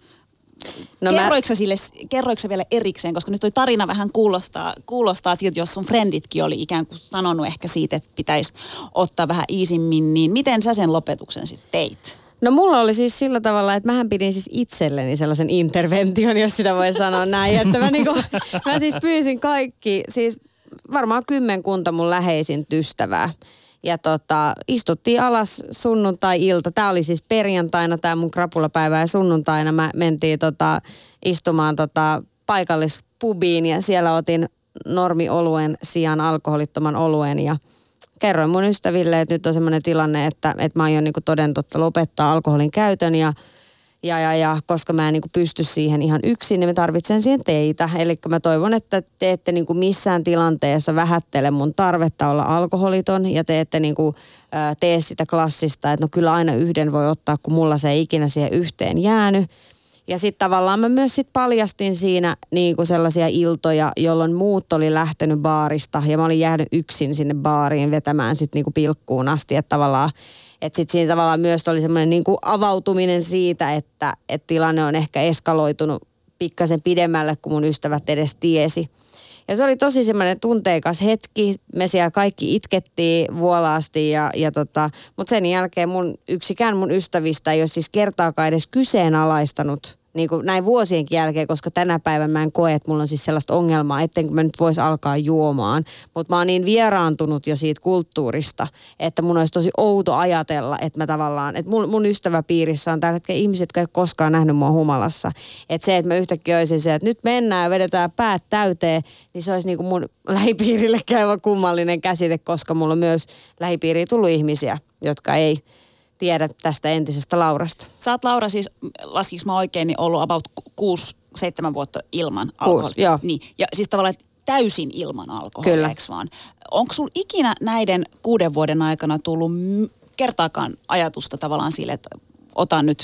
No kerroiko, mä... sille, kerroiko sä vielä erikseen, koska nyt toi tarina vähän kuulostaa, kuulostaa siltä, jos sun frienditkin oli ikään kuin sanonut ehkä siitä, että pitäisi ottaa vähän iisimmin, niin miten sä sen lopetuksen sitten teit? No mulla oli siis sillä tavalla, että mähän pidin siis itselleni sellaisen intervention, jos sitä voi sanoa näin, että mä, niinku, mä siis pyysin kaikki, siis varmaan kymmenkunta mun läheisintä ystävää. Ja tota, istuttiin alas sunnuntai-ilta. Tämä oli siis perjantaina, tämä mun krapulapäivä, ja sunnuntaina mä mentiin tota, istumaan tota, paikallispubiin ja siellä otin normioluen sijaan alkoholittoman oluen ja kerroin mun ystäville, että nyt on semmoinen tilanne, että, että mä aion niinku toden totta lopettaa alkoholin käytön ja Ja, ja, ja koska mä en niin kuin pysty siihen ihan yksin, niin mä tarvitsen siihen teitä. Eli mä toivon, että te ette niin kuin missään tilanteessa vähättele mun tarvetta olla alkoholiton ja te ette niin kuin, ä, tee sitä klassista, että no kyllä aina yhden voi ottaa, kun mulla se ei ikinä siihen yhteen jäänyt. Ja sitten tavallaan mä myös sit paljastin siinä niin kuin sellaisia iltoja, jolloin muut oli lähtenyt baarista ja mä olin jäänyt yksin sinne baariin vetämään sitten niin kuin pilkkuun asti, että tavallaan että sitten siinä tavallaan myös oli semmoinen niin kuin avautuminen siitä, että, että tilanne on ehkä eskaloitunut pikkasen pidemmälle, kuin mun ystävät edes tiesi. Ja se oli tosi semmoinen tunteikas hetki. Me siellä kaikki itkettiin vuolaasti, ja, ja tota, mutta sen jälkeen mun, yksikään mun ystävistä ei ole siis kertaakaan edes kyseenalaistanut niin kuin näin vuosienkin jälkeen, koska tänä päivänä mä en koe, että mulla on siis sellaista ongelmaa, ettenkö mä nyt voisi alkaa juomaan. Mutta mä oon niin vieraantunut jo siitä kulttuurista, että mun olisi tosi outo ajatella, että mä tavallaan, että mun, mun ystäväpiirissä on tällä hetkellä ihmiset, jotka ei koskaan nähnyt mua humalassa. Että se, että mä yhtäkkiä olisin se, että nyt mennään ja vedetään päät täyteen, niin se olisi niin kuin mun lähipiirille käyvä kummallinen käsite, koska mulla on myös lähipiiriin tullut ihmisiä, jotka ei tiedä tästä entisestä Laurasta. Sä oot, Laura, siis, laskiks mä oikein, niin ollut about kuusi, seitsemän vuotta ilman alkoholia. Kuusi, joo. Niin, ja siis tavallaan täysin ilman alkoholia, kyllä. Eikö vaan? Onko sulla ikinä näiden kuuden vuoden aikana tullut kertaakaan ajatusta tavallaan sille, että otan nyt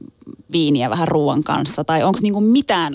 viiniä vähän ruoan kanssa, tai onko niinku mitään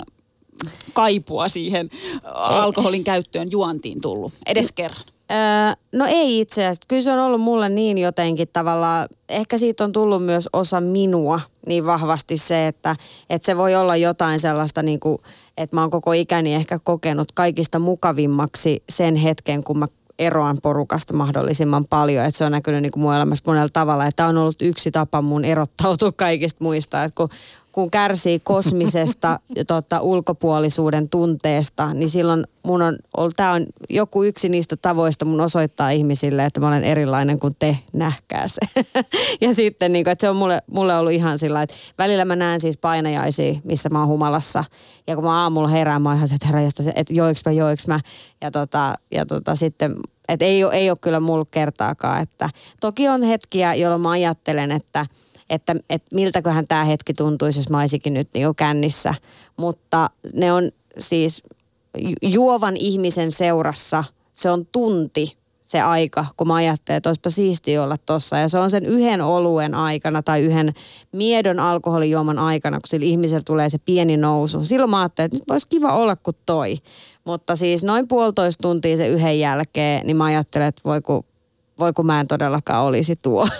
kaipua siihen alkoholin käyttöön juontiin tullut edes kerran? Öö, no ei itse asiassa. Kyllä se on ollut mulle niin jotenkin tavallaan, ehkä siitä on tullut myös osa minua niin vahvasti se, että, että se voi olla jotain sellaista niin kuin, että mä oon koko ikäni ehkä kokenut kaikista mukavimmaksi sen hetken, kun mä eroan porukasta mahdollisimman paljon. Että se on näkynyt niin kuin mun elämässä monella tavalla. Että on ollut yksi tapa mun erottautua kaikista muista, että kun kun kärsii kosmisesta tota, ulkopuolisuuden tunteesta, niin silloin mun on, tämä on joku yksi niistä tavoista mun osoittaa ihmisille, että mä olen erilainen kuin te, nähkää se. Ja sitten, niin kuin, että se on mulle, mulle ollut ihan sillä, että välillä mä näen siis painajaisia, missä mä oon humalassa. Ja kun mä aamulla herään, mä oon ihan se, että herra, että joiks mä, joiks mä. Ja, tota, ja tota, sitten, että ei, ei ole kyllä mulla kertaakaan. Että toki on hetkiä, jolloin mä ajattelen, että että, että miltäköhän tämä hetki tuntuisi, jos mä olisikin nyt niin kännissä. Mutta ne on siis juovan ihmisen seurassa, se on tunti se aika, kun mä ajattelen, että olisipa siistiä olla tossa. Ja se on sen yhden oluen aikana tai yhden miedon alkoholijuoman aikana, kun sillä ihmisellä tulee se pieni nousu. Silloin mä ajattelen, että nyt olisi kiva olla kuin toi. Mutta siis noin puolitoista tuntia se yhden jälkeen, niin mä ajattelen, että voi kun, voi kun mä en todellakaan olisi tuo.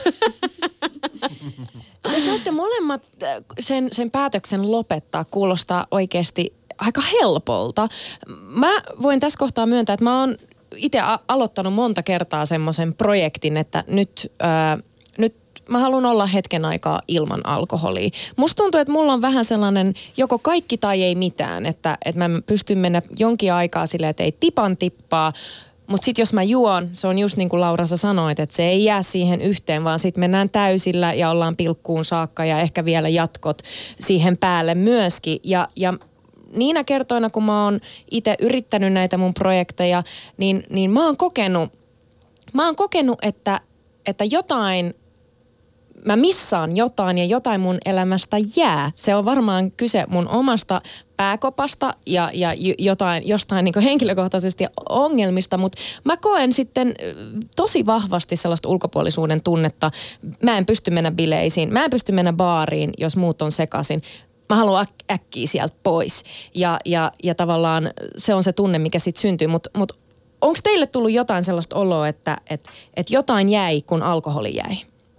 Te saitte molemmat sen, sen päätöksen lopettaa, kuulostaa oikeasti aika helpolta. Mä voin tässä kohtaa myöntää, että mä oon itse a- aloittanut monta kertaa semmoisen projektin, että nyt, ää, nyt mä haluan olla hetken aikaa ilman alkoholia. Musta tuntuu, että mulla on vähän sellainen joko kaikki tai ei mitään, että, että mä pystyn mennä jonkin aikaa silleen, että ei tipan tippaa. Mutta sitten jos mä juon, se on just niin kuin Laura sä sanoit, että se ei jää siihen yhteen, vaan sitten mennään täysillä ja ollaan pilkkuun saakka ja ehkä vielä jatkot siihen päälle myöskin. Ja, ja niinä kertoina, kun mä oon itse yrittänyt näitä mun projekteja, niin, niin mä oon kokenut, mä oon kokenut että, että jotain mä missaan jotain ja jotain mun elämästä jää. Se on varmaan kyse mun omasta pääkopasta ja, ja jotain, jostain niin kuin henkilökohtaisesti ongelmista, mutta mä koen sitten tosi vahvasti sellaista ulkopuolisuuden tunnetta. Mä en pysty mennä bileisiin, mä en pysty mennä baariin, jos muut on sekaisin. Mä haluan äk- äkkiä sieltä pois. Ja, ja, ja tavallaan se on se tunne, mikä sitten syntyy, mutta mut onko teille tullut jotain sellaista oloa, että et, et jotain jäi, kun alkoholi jäi?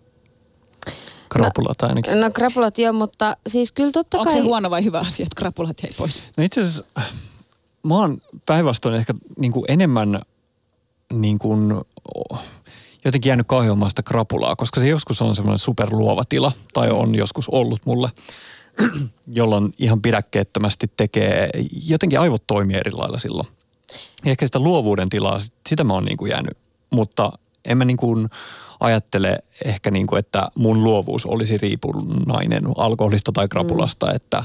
Krapulat ainakin. No, no krapulat joo, mutta siis kyllä totta Onko kai... se huono vai hyvä asia, että krapulat jäi pois? No itse asiassa mä oon päinvastoin ehkä niin kuin enemmän niin kuin, jotenkin jäänyt kauhimaan sitä krapulaa, koska se joskus on semmoinen superluova tila, tai on joskus ollut mulle, jolloin ihan pidäkkeettömästi tekee, jotenkin aivot toimii eri lailla silloin. Ja ehkä sitä luovuuden tilaa, sitä mä oon niin kuin jäänyt, mutta en mä niin kuin ajattele ehkä niin kuin, että mun luovuus olisi riippunainen alkoholista tai krapulasta, mm. että...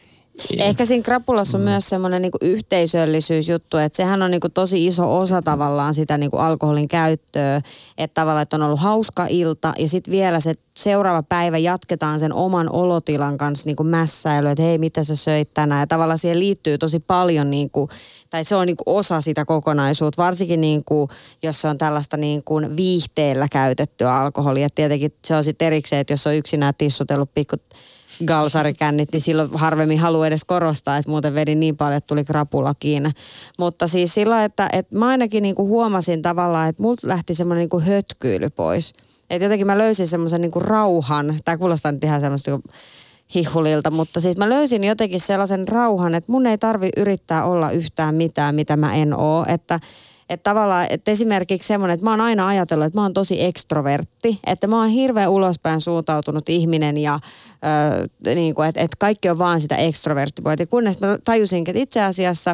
Ehkä siinä krapulassa on mm. myös semmoinen niinku yhteisöllisyysjuttu, että sehän on niinku tosi iso osa tavallaan sitä niinku alkoholin käyttöä, että tavallaan että on ollut hauska ilta ja sitten vielä se seuraava päivä jatketaan sen oman olotilan kanssa niinku mässäily, että hei mitä sä söit tänään ja tavallaan siihen liittyy tosi paljon niinku, tai se on niinku osa sitä kokonaisuutta, varsinkin niinku, jos se on tällaista niinku viihteellä käytettyä alkoholia. Tietenkin se on sitten erikseen, että jos on yksinään tissutellut pikku galsarikännit, niin silloin harvemmin haluaa edes korostaa, että muuten vedin niin paljon, että tuli krapula kiinni. Mutta siis sillä, että, että mä ainakin niinku huomasin tavallaan, että multa lähti semmoinen niinku hötkyily pois. Että jotenkin mä löysin semmoisen niinku rauhan, tämä kuulostaa nyt ihan semmoista niinku hihulilta, mutta siis mä löysin jotenkin sellaisen rauhan, että mun ei tarvi yrittää olla yhtään mitään, mitä mä en oo, että Että tavallaan, että esimerkiksi semmoinen, että mä oon aina ajatellut, että mä oon tosi ekstrovertti, että mä oon hirveän ulospäin suuntautunut ihminen ja ö, niin kuin, että, että kaikki on vaan sitä ekstroverttipuolta. Kunnes mä tajusinkin, että itse asiassa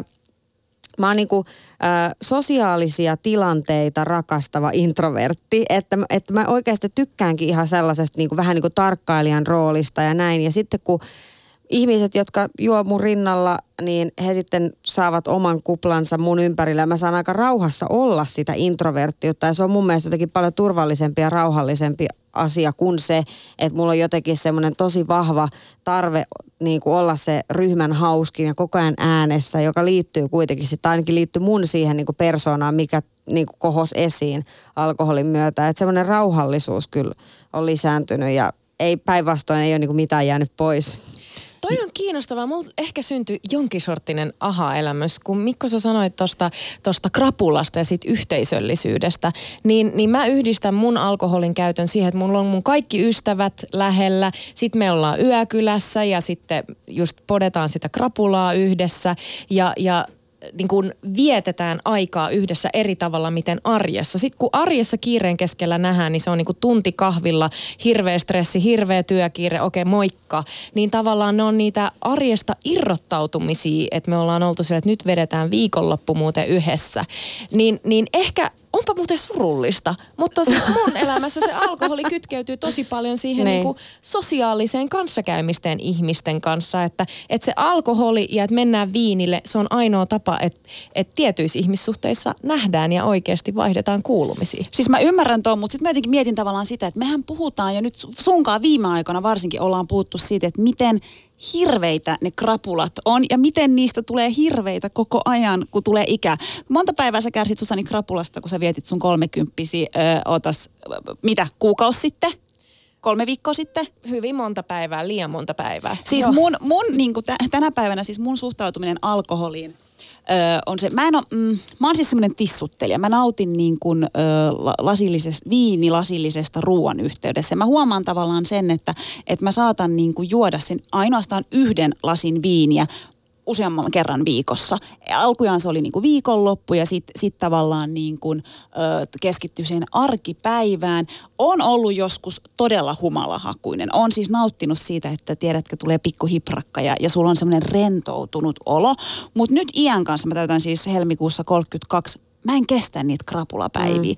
mä oon niin kuin, ö, sosiaalisia tilanteita rakastava introvertti, että, että mä oikeasti tykkäänkin ihan sellaisesta niin kuin, vähän niin kuin tarkkailijan roolista ja näin. Ja sitten kun ihmiset, jotka juo mun rinnalla, niin he sitten saavat oman kuplansa mun ympärillä ja mä saan aika rauhassa olla sitä introverttiutta ja se on mun mielestä jotenkin paljon turvallisempi ja rauhallisempi asia kuin se, että mulla on jotenkin semmoinen tosi vahva tarve niin kuin olla se ryhmän hauskin ja koko ajan äänessä, joka liittyy kuitenkin sitten ainakin liittyy mun siihen niin kuin persoonaan, mikä niin kuin kohos esiin alkoholin myötä. Että semmoinen rauhallisuus kyllä on lisääntynyt ja ei päinvastoin ei ole niin kuin mitään jäänyt pois. Toi on kiinnostavaa. Mulla ehkä syntyi jonkin sorttinen aha-elämys, kun Mikko sä sanoit tosta, tosta krapulasta ja siitä yhteisöllisyydestä, niin, niin mä yhdistän mun alkoholin käytön siihen, että mulla on mun kaikki ystävät lähellä, sit me ollaan yökylässä ja sitten just podetaan sitä krapulaa yhdessä ja, ja niin kuin vietetään aikaa yhdessä eri tavalla, miten arjessa. Sitten kun arjessa kiireen keskellä nähdään, niin se on niin kuin tunti kahvilla, hirveä stressi, hirveä työkiire, okei okay, moikka. Niin tavallaan ne on niitä arjesta irrottautumisia, että me ollaan oltu sillä, että nyt vedetään viikonloppu muuten yhdessä. Niin, niin ehkä onpa muuten surullista, mutta siis mun elämässä se alkoholi kytkeytyy tosi paljon siihen niin kuin sosiaaliseen kanssakäymisteen ihmisten kanssa, että, että se alkoholi ja että mennään viinille, se on ainoa tapa, että, että tietyissä ihmissuhteissa nähdään ja oikeasti vaihdetaan kuulumisia. Siis mä ymmärrän tuon, mutta sitten mä jotenkin mietin tavallaan sitä, että mehän puhutaan ja nyt sunkaan viime aikoina varsinkin ollaan puhuttu siitä, että miten hirveitä ne krapulat on ja miten niistä tulee hirveitä koko ajan, kun tulee ikä. Monta päivää sä kärsit Susani krapulasta, kun sä vietit sun kolmekymppisi, öö, otas, mitä, kuukausi sitten? Kolme viikkoa sitten? Hyvin monta päivää, liian monta päivää. Siis mun, mun niin kuin t- tänä päivänä siis mun suhtautuminen alkoholiin Öö, on se, mä en oo, mm, mä oon siis semmoinen tissuttelija. Mä nautin niin kuin öö, lasillisesta, viinilasillisesta ruoan yhteydessä. Mä huomaan tavallaan sen, että, että mä saatan niin kuin juoda sen ainoastaan yhden lasin viiniä useamman kerran viikossa. Alkujaan se oli niin kuin viikonloppu ja sitten sit tavallaan niin kuin, ö, keskittyi siihen arkipäivään. On ollut joskus todella humalahakuinen. On siis nauttinut siitä, että tiedätkö, tulee pikku hiprakka ja, ja sulla on semmoinen rentoutunut olo. Mutta nyt iän kanssa, mä täytän siis helmikuussa kolmekymmentäkaksi, mä en kestä niitä krapulapäiviä. Mm.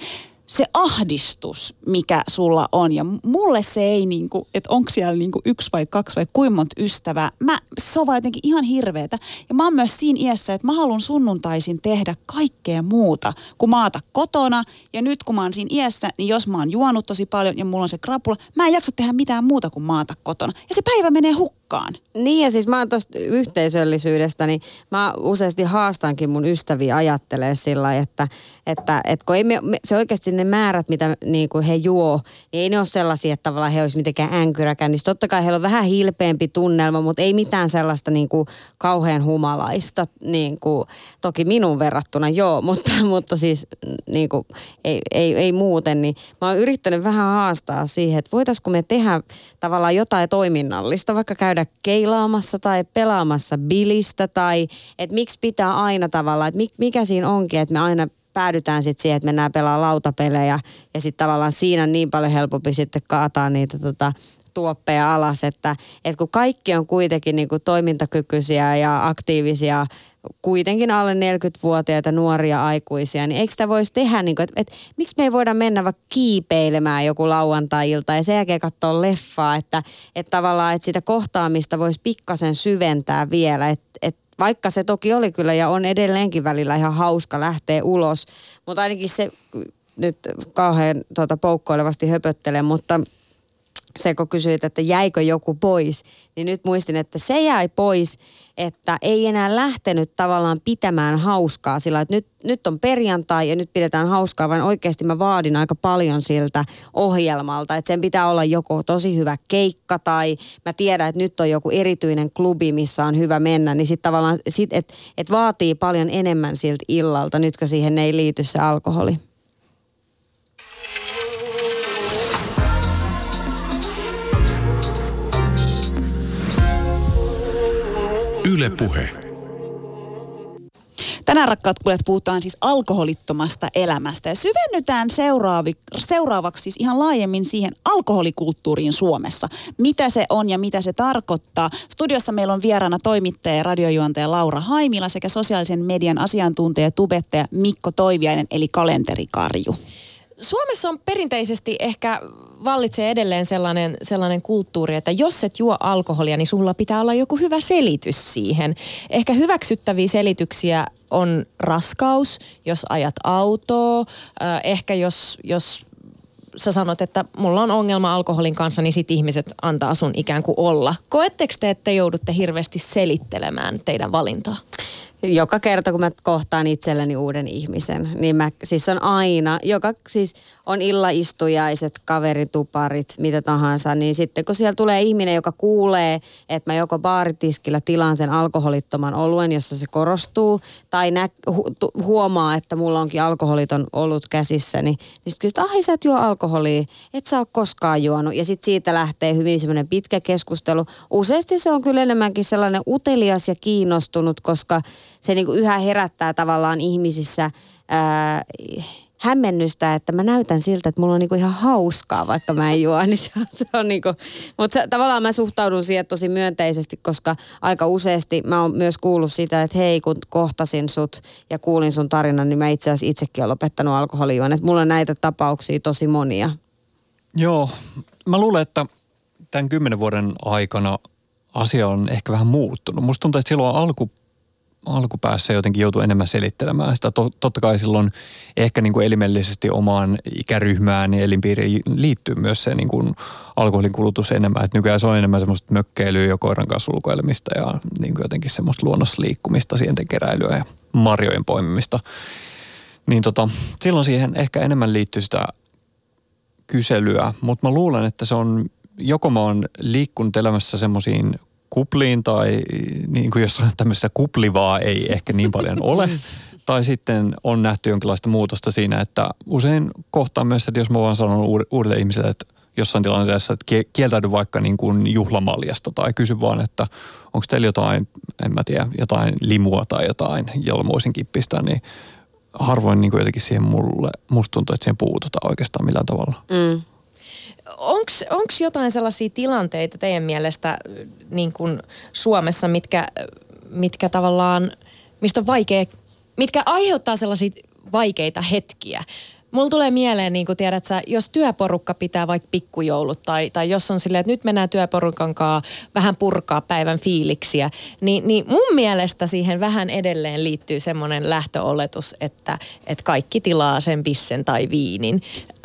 se ahdistus, mikä sulla on. Ja mulle se ei niinku, että onko siellä niinku yksi vai kaksi vai kuinka monta ystävää. Mä, se on vaan jotenkin ihan hirveetä. Ja mä oon myös siinä iässä, että mä haluan sunnuntaisin tehdä kaikkea muuta kuin maata kotona. Ja nyt kun mä oon siinä iässä, niin jos mä oon juonut tosi paljon ja mulla on se krapula, mä en jaksa tehdä mitään muuta kuin maata kotona. Ja se päivä menee hukkaan. Niin ja siis mä oon tosta yhteisöllisyydestä, niin mä useasti haastankin mun ystäviä ajattelee sillä lailla, että, että, että kun ei me, se oikeasti ne määrät, mitä niin kuin he juo, niin ei ne ole sellaisia, että tavallaan he olisivat mitenkään änkyräkään. Niin totta kai heillä on vähän hilpeämpi tunnelma, mutta ei mitään sellaista niin kuin kauhean humalaista, niin kuin, toki minun verrattuna joo, mutta, mutta siis niin kuin, ei, ei, ei muuten. Niin mä oon yrittänyt vähän haastaa siihen, että voitaisiko me tehdä tavallaan jotain toiminnallista, vaikka käydä keilaamassa tai pelaamassa bilistä tai että miksi pitää aina tavallaan, että mikä siinä onkin, että me aina päädytään sitten siihen, että mennään pelaamaan lautapelejä ja sitten tavallaan siinä on niin paljon helpompi sitten kaataa niitä tota, tuoppeja alas, että, että kun kaikki on kuitenkin niin kuin toimintakykyisiä ja aktiivisia, kuitenkin alle neljäkymmentävuotiaita nuoria aikuisia, niin eikö sitä voisi tehdä, niin kuin, että, että miksi me ei voida mennä vaikka kiipeilemään joku lauantai-ilta ja sen jälkeen katsoa leffaa, että, että tavallaan että sitä kohtaamista voisi pikkasen syventää vielä, että, että vaikka se toki oli kyllä ja on edelleenkin välillä ihan hauska lähteä ulos, mutta ainakin se nyt kauhean tuota, poukkoilevasti höpöttelen, mutta se kun kysyit, että jäikö joku pois, niin nyt muistin, että se jäi pois, että ei enää lähtenyt tavallaan pitämään hauskaa sillä, että nyt, nyt on perjantai ja nyt pidetään hauskaa, vaan oikeasti mä vaadin aika paljon siltä ohjelmalta, että sen pitää olla joko tosi hyvä keikka tai mä tiedän, että nyt on joku erityinen klubi, missä on hyvä mennä, niin sitten tavallaan, sit, että et vaatii paljon enemmän siltä illalta, nytkö siihen ei liity se alkoholi. Yle Puhe. Tänään rakkaat kuulijat puhutaan siis alkoholittomasta elämästä ja syvennytään seuraavi, seuraavaksi siis ihan laajemmin siihen alkoholikulttuuriin Suomessa. Mitä se on ja mitä se tarkoittaa. Studiossa meillä on vieraana toimittaja ja radiojuontaja Laura Haimila sekä sosiaalisen median asiantuntija ja tubettaja Mikko Toiviainen eli Kalenterikarju. Suomessa on perinteisesti ehkä vallitsee edelleen sellainen, sellainen kulttuuri, että jos et juo alkoholia, niin sulla pitää olla joku hyvä selitys siihen. Ehkä hyväksyttäviä selityksiä on raskaus, jos ajat autoa, ehkä jos, jos sä sanot, että mulla on ongelma alkoholin kanssa, niin sit ihmiset antaa sun ikään kuin olla. Koetteko te, että joudutte hirveästi selittelemään teidän valintaa? Joka kerta, kun mä kohtaan itselleni uuden ihmisen, niin mä, siis on aina, joka siis on illaistujaiset, kaverituparit, mitä tahansa, niin sitten kun siellä tulee ihminen, joka kuulee, että mä joko baaritiskillä tilaan sen alkoholittoman oluen, jossa se korostuu, tai nä, hu, tu, huomaa, että mulla onkin alkoholiton olut käsissäni, niin sitten kysyt, ai sä et juo alkoholia, et sä ole koskaan juonut, ja sitten siitä lähtee hyvin semmoinen pitkä keskustelu. Useasti se on kyllä enemmänkin sellainen utelias ja kiinnostunut, koska se niinku yhä herättää tavallaan ihmisissä ää, hämmennystä, että mä näytän siltä, että mulla on niinku ihan hauskaa, vaikka mä en juo. Niin se on, se on niinku, mutta tavallaan mä suhtaudun siihen tosi myönteisesti, koska aika useasti mä oon myös kuullut sitä, että hei, kun kohtasin sut ja kuulin sun tarinan, niin mä itse asiassa itsekin olen lopettanut alkoholijuon. Että mulla on näitä tapauksia tosi monia. Joo, mä luulen, että tämän kymmenen vuoden aikana asia on ehkä vähän muuttunut. Musta tuntuu, että silloin alku alkupäässä jotenkin joutuu enemmän selittelemään sitä. Totta kai silloin ehkä niin kuin elimellisesti omaan ikäryhmään ja elinpiiriin liittyy myös se niin kuin alkoholin kulutus enemmän. Että nykyään se on enemmän semmoista mökkeilyä ja koiran kanssa ulkoilemista ja niin kuin jotenkin semmoista luonnossa liikkumista, sienten keräilyä ja marjojen poimimista. Niin tota, silloin siihen ehkä enemmän liittyy sitä kyselyä, mutta mä luulen, että se on, joko mä oon liikkunut elämässä semmoisiin kupliin tai niin kuin jossain tämmöistä kuplivaa ei ehkä niin paljon ole. Tai sitten on nähty jonkinlaista muutosta siinä, että usein kohtaan myös, että jos mä vaan sanon uudelle ihmiselle, että jossain tilanteessa, että kieltäydy vaikka niin kuin juhlamaljasta tai kysy vaan, että onko teillä jotain, en mä tiedä, jotain limua tai jotain, jolla mä voisin kippistää, niin harvoin niin kuin jotenkin siihen mulle, musta tuntuu, että siihen puututaan oikeastaan millään tavalla. Mm. Onko jotain sellaisia tilanteita teidän mielestä niin kuin Suomessa, mitkä, mitkä tavallaan, mistä on vaikea, mitkä aiheuttaa sellaisia vaikeita hetkiä? mulla tulee mieleen, niin kuin tiedät sä, jos työporukka pitää vaikka pikkujoulut tai, tai jos on silleen, että nyt mennään työporukan kanssa vähän purkaa päivän fiiliksiä, niin, niin mun mielestä siihen vähän edelleen liittyy semmoinen lähtöoletus, että, että kaikki tilaa sen bissen tai viinin.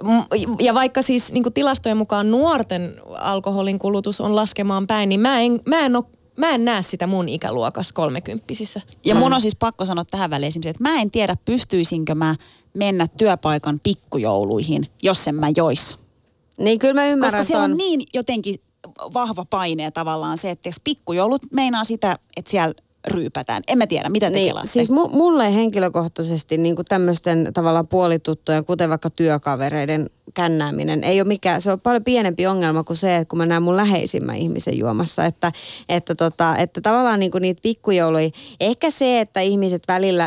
Ja vaikka siis niin kuin tilastojen mukaan nuorten alkoholin kulutus on laskemaan päin, niin mä en, mä en ole Mä en näe sitä mun ikäluokassa kolmekymppisissä. Ja mun on siis pakko sanoa tähän väliin esimerkiksi, että mä en tiedä, pystyisinkö mä mennä työpaikan pikkujouluihin, jos en mä jois. Niin kyllä mä ymmärrän. Koska se ton. on niin jotenkin vahva paine tavallaan se, että pikkujoulut meinaa sitä, että siellä ryypätään. En mä tiedä, mitä te niin, kelaatte? siis mu- mulle henkilökohtaisesti niin kuin tämmöisten tavallaan puolituttujen, kuten vaikka työkavereiden kännääminen, ei ole mikään, se on paljon pienempi ongelma kuin se, että kun mä näen mun läheisimmän ihmisen juomassa, että, että, tota, että tavallaan niin kuin niitä pikkujouluja, ehkä se, että ihmiset välillä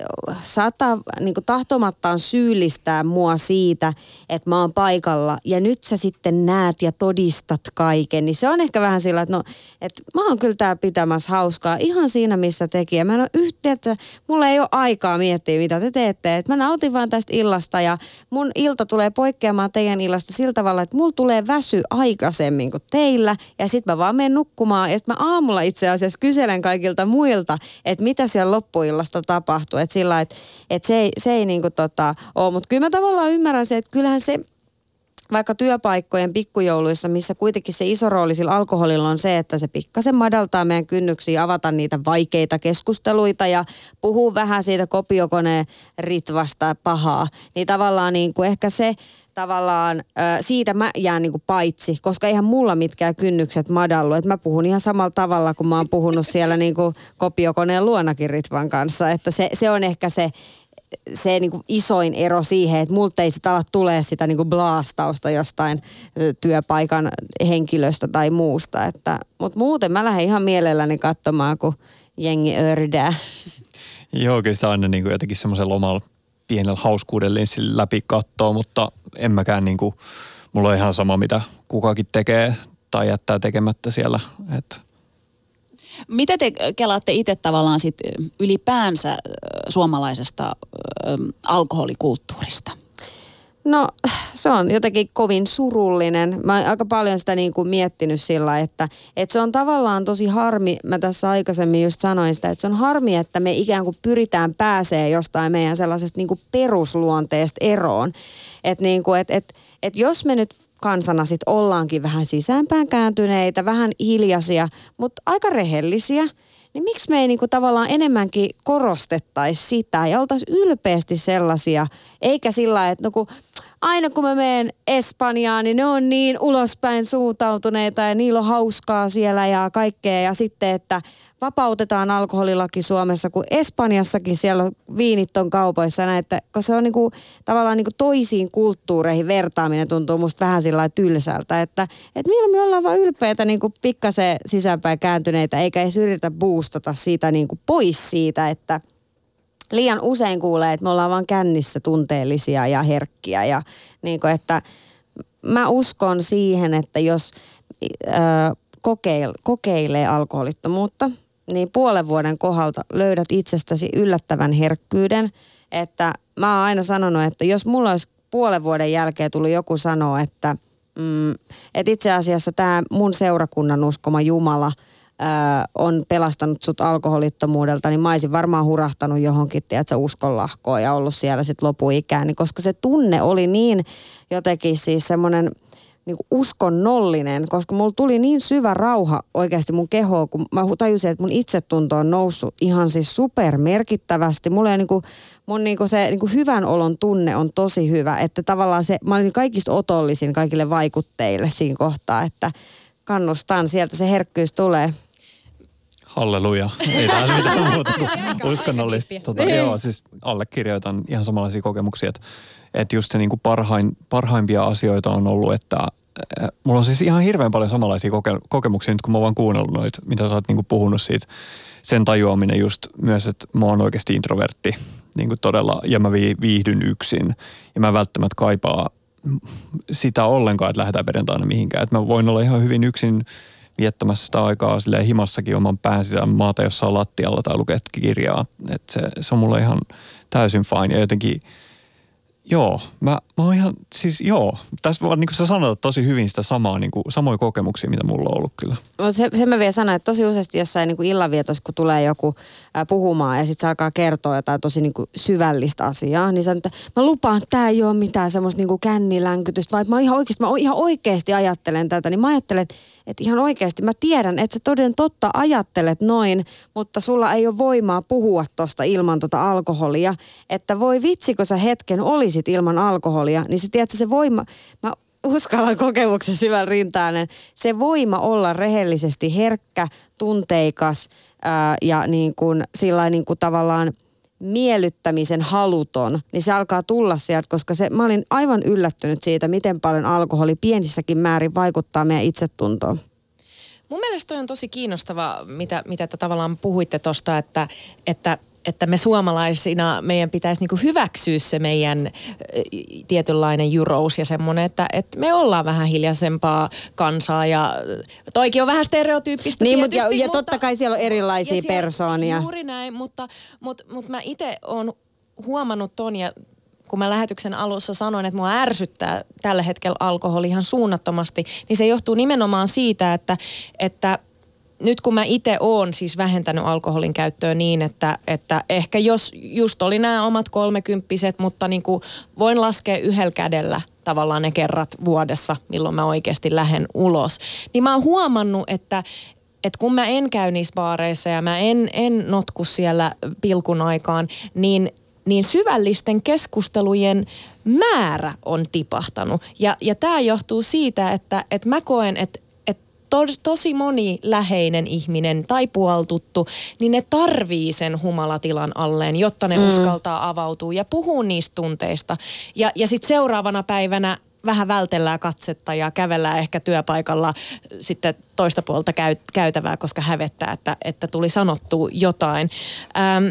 saattaa niin kuin tahtomattaan syyllistää mua siitä, että mä oon paikalla ja nyt sä sitten näet ja todistat kaiken, niin se on ehkä vähän sillä, että no, että mä oon kyllä tää pitämässä hauskaa ihan siinä, missä tekijä. Mä en ole yhteyttä, mulla ei ole aikaa miettiä, mitä te teette, että mä nautin vaan tästä illasta ja mun ilta tulee poikkeamaan teidän illasta sillä tavalla, että mulla tulee väsy aikaisemmin kuin teillä ja sit mä vaan menen nukkumaan ja sit mä aamulla itse asiassa kyselen kaikilta muilta, että mitä siellä loppuillasta tapahtuu. Että sillä että et se ei, se ei niinku tota ole, mutta kyllä mä tavallaan ymmärrän se, että kyllähän se vaikka työpaikkojen pikkujouluissa, missä kuitenkin se iso rooli sillä alkoholilla on se, että se pikkasen madaltaa meidän kynnyksiä, avata niitä vaikeita keskusteluita ja puhuu vähän siitä kopiokoneen ritvasta pahaa, niin tavallaan niin kuin ehkä se tavallaan siitä mä jään niin kuin paitsi, koska eihän mulla mitkään kynnykset madallu, että mä puhun ihan samalla tavalla, kun mä oon puhunut siellä niin kuin kopiokoneen luonakin ritvan kanssa, että se, se on ehkä se se niin kuin isoin ero siihen, että multa ei sitä ala tulee sitä niin kuin blastausta jostain työpaikan henkilöstä tai muusta. Että, mutta muuten mä lähden ihan mielelläni katsomaan, kun jengi ördää. Joo, kyllä sitä aina niin kuin jotenkin semmoisella omalla pienellä hauskuuden linssillä läpi kattoo, mutta en mäkään niin kuin, mulla on ihan sama, mitä kukakin tekee tai jättää tekemättä siellä, että mitä te kelaatte itse tavallaan sit ylipäänsä suomalaisesta ä, alkoholikulttuurista? No se on jotenkin kovin surullinen. Mä oon aika paljon sitä niin kuin miettinyt sillä, että, että se on tavallaan tosi harmi. Mä tässä aikaisemmin just sanoin sitä, että se on harmi, että me ikään kuin pyritään pääsee jostain meidän sellaisesta niin kuin perusluonteesta eroon. Että niin kuin, et, et, et jos me nyt kansana sit ollaankin vähän sisäänpäin kääntyneitä, vähän hiljaisia, mutta aika rehellisiä, niin miksi me ei niinku tavallaan enemmänkin korostettaisi sitä ja oltaisiin ylpeästi sellaisia, eikä sillä lailla, että no kun, aina kun mä menen Espanjaan, niin ne on niin ulospäin suuntautuneita ja niillä on hauskaa siellä ja kaikkea. Ja sitten, että vapautetaan alkoholilaki Suomessa, kun Espanjassakin siellä on viinit on kaupoissa näin, että kun se on niinku, tavallaan niinku toisiin kulttuureihin vertaaminen tuntuu musta vähän sillä lailla tylsältä, että et milloin me ollaan vaan ylpeitä niinku pikkasen sisäänpäin kääntyneitä, eikä edes yritä boostata siitä niinku pois siitä, että liian usein kuulee, että me ollaan vaan kännissä tunteellisia ja herkkiä ja niin kuin, että mä uskon siihen, että jos ö, kokeil, kokeilee alkoholittomuutta, niin puolen vuoden kohdalta löydät itsestäsi yllättävän herkkyyden, että mä oon aina sanonut, että jos mulla olisi puolen vuoden jälkeen tullut joku sanoa, että, mm, että itse asiassa tämä mun seurakunnan uskoma Jumala on pelastanut sut alkoholittomuudelta, niin mä olisin varmaan hurahtanut johonkin, tiedätkö, uskonlahkoon ja ollut siellä sitten lopuikään, niin koska se tunne oli niin jotenkin siis semmoinen niin kuin uskonnollinen, koska mulla tuli niin syvä rauha oikeasti mun kehoon, kun mä tajusin, että mun itsetunto on noussut ihan siis supermerkittävästi. Mulla niin kuin, mun niin kuin se niin kuin hyvän olon tunne on tosi hyvä, että tavallaan se, mä olin kaikista otollisin kaikille vaikutteille siinä kohtaa, että kannustan, sieltä se herkkyys tulee. Halleluja. Ei tässä mitään muuta kuin uskonnollista. Tota, joo, siis allekirjoitan ihan samanlaisia kokemuksia, että, että just se niin kuin parhain, parhaimpia asioita on ollut, että äh, mulla on siis ihan hirveän paljon samanlaisia koke, kokemuksia nyt, kun mä oon vaan kuunnellut noita, mitä sä oot niin kuin puhunut siitä. Sen tajuaminen just myös, että mä oon oikeasti introvertti niin kuin todella, ja mä viihdyn yksin. Ja mä en välttämättä kaipaa sitä ollenkaan, että lähdetään perjantaina mihinkään. Että mä voin olla ihan hyvin yksin viettämässä sitä aikaa silleen himassakin oman pään sisään maata jossain lattialla tai lukea kirjaa. Että se, se on mulle ihan täysin fine. Ja jotenkin Joo, mä, mä oon ihan, siis joo, tässä vaan niin kuin sä sanoit tosi hyvin sitä samaa, niin kuin, samoja kokemuksia, mitä mulla on ollut kyllä. No se, sen mä vielä sanon, että tosi useasti jossain niin kuin illanvietossa, kun tulee joku ää, puhumaan ja sitten se alkaa kertoa jotain tosi niin kuin syvällistä asiaa, niin sanon, että mä lupaan, että tää ei ole mitään semmoista niin kuin kännilänkytystä, vaan että mä ihan oikeasti, mä ihan oikeasti ajattelen tätä, niin mä ajattelen, että ihan oikeasti mä tiedän, että sä toden totta ajattelet noin, mutta sulla ei ole voimaa puhua tosta ilman tota alkoholia, että voi vitsi, kun sä hetken olisit ilman alkoholia, niin se tiedät, se voima, mä uskallan kokemuksen syvällä rintainen, se voima olla rehellisesti herkkä, tunteikas ää, ja niin kuin sillain niin kuin tavallaan miellyttämisen haluton, niin se alkaa tulla sieltä, koska se, mä olin aivan yllättynyt siitä, miten paljon alkoholi pienissäkin määrin vaikuttaa meidän itsetuntoon. Mun mielestä toi on tosi kiinnostava, mitä, mitä te tavallaan puhuitte tuosta, että, että että me suomalaisina, meidän pitäisi niinku hyväksyä se meidän ä, tietynlainen jurous ja semmoinen, että, että me ollaan vähän hiljaisempaa kansaa ja toikin on vähän stereotyyppistä niin, tietysti. Mutta, ja, ja mutta, totta kai siellä on erilaisia siellä, persoonia. Juuri näin, mutta, mutta, mutta mä itse oon huomannut ton ja kun mä lähetyksen alussa sanoin, että mua ärsyttää tällä hetkellä alkoholi ihan suunnattomasti, niin se johtuu nimenomaan siitä, että, että nyt kun mä itse oon siis vähentänyt alkoholin käyttöä niin, että, että ehkä jos just oli nämä omat kolmekymppiset, mutta niin kuin voin laskea yhdellä kädellä tavallaan ne kerrat vuodessa, milloin mä oikeasti lähden ulos, niin mä oon huomannut, että että kun mä en käy niissä baareissa ja mä en, en notku siellä pilkun aikaan, niin niin syvällisten keskustelujen määrä on tipahtanut. Ja, ja tämä johtuu siitä, että, että mä koen, että, että tos, tosi moni läheinen ihminen tai puoltuttu, niin ne tarvii sen humalatilan alleen, jotta ne mm. uskaltaa avautua ja puhua niistä tunteista. Ja, ja sitten seuraavana päivänä vähän vältellään katsetta ja kävellään ehkä työpaikalla sitten toista puolta käy, käytävää, koska hävettää, että, että tuli sanottua jotain. Ähm,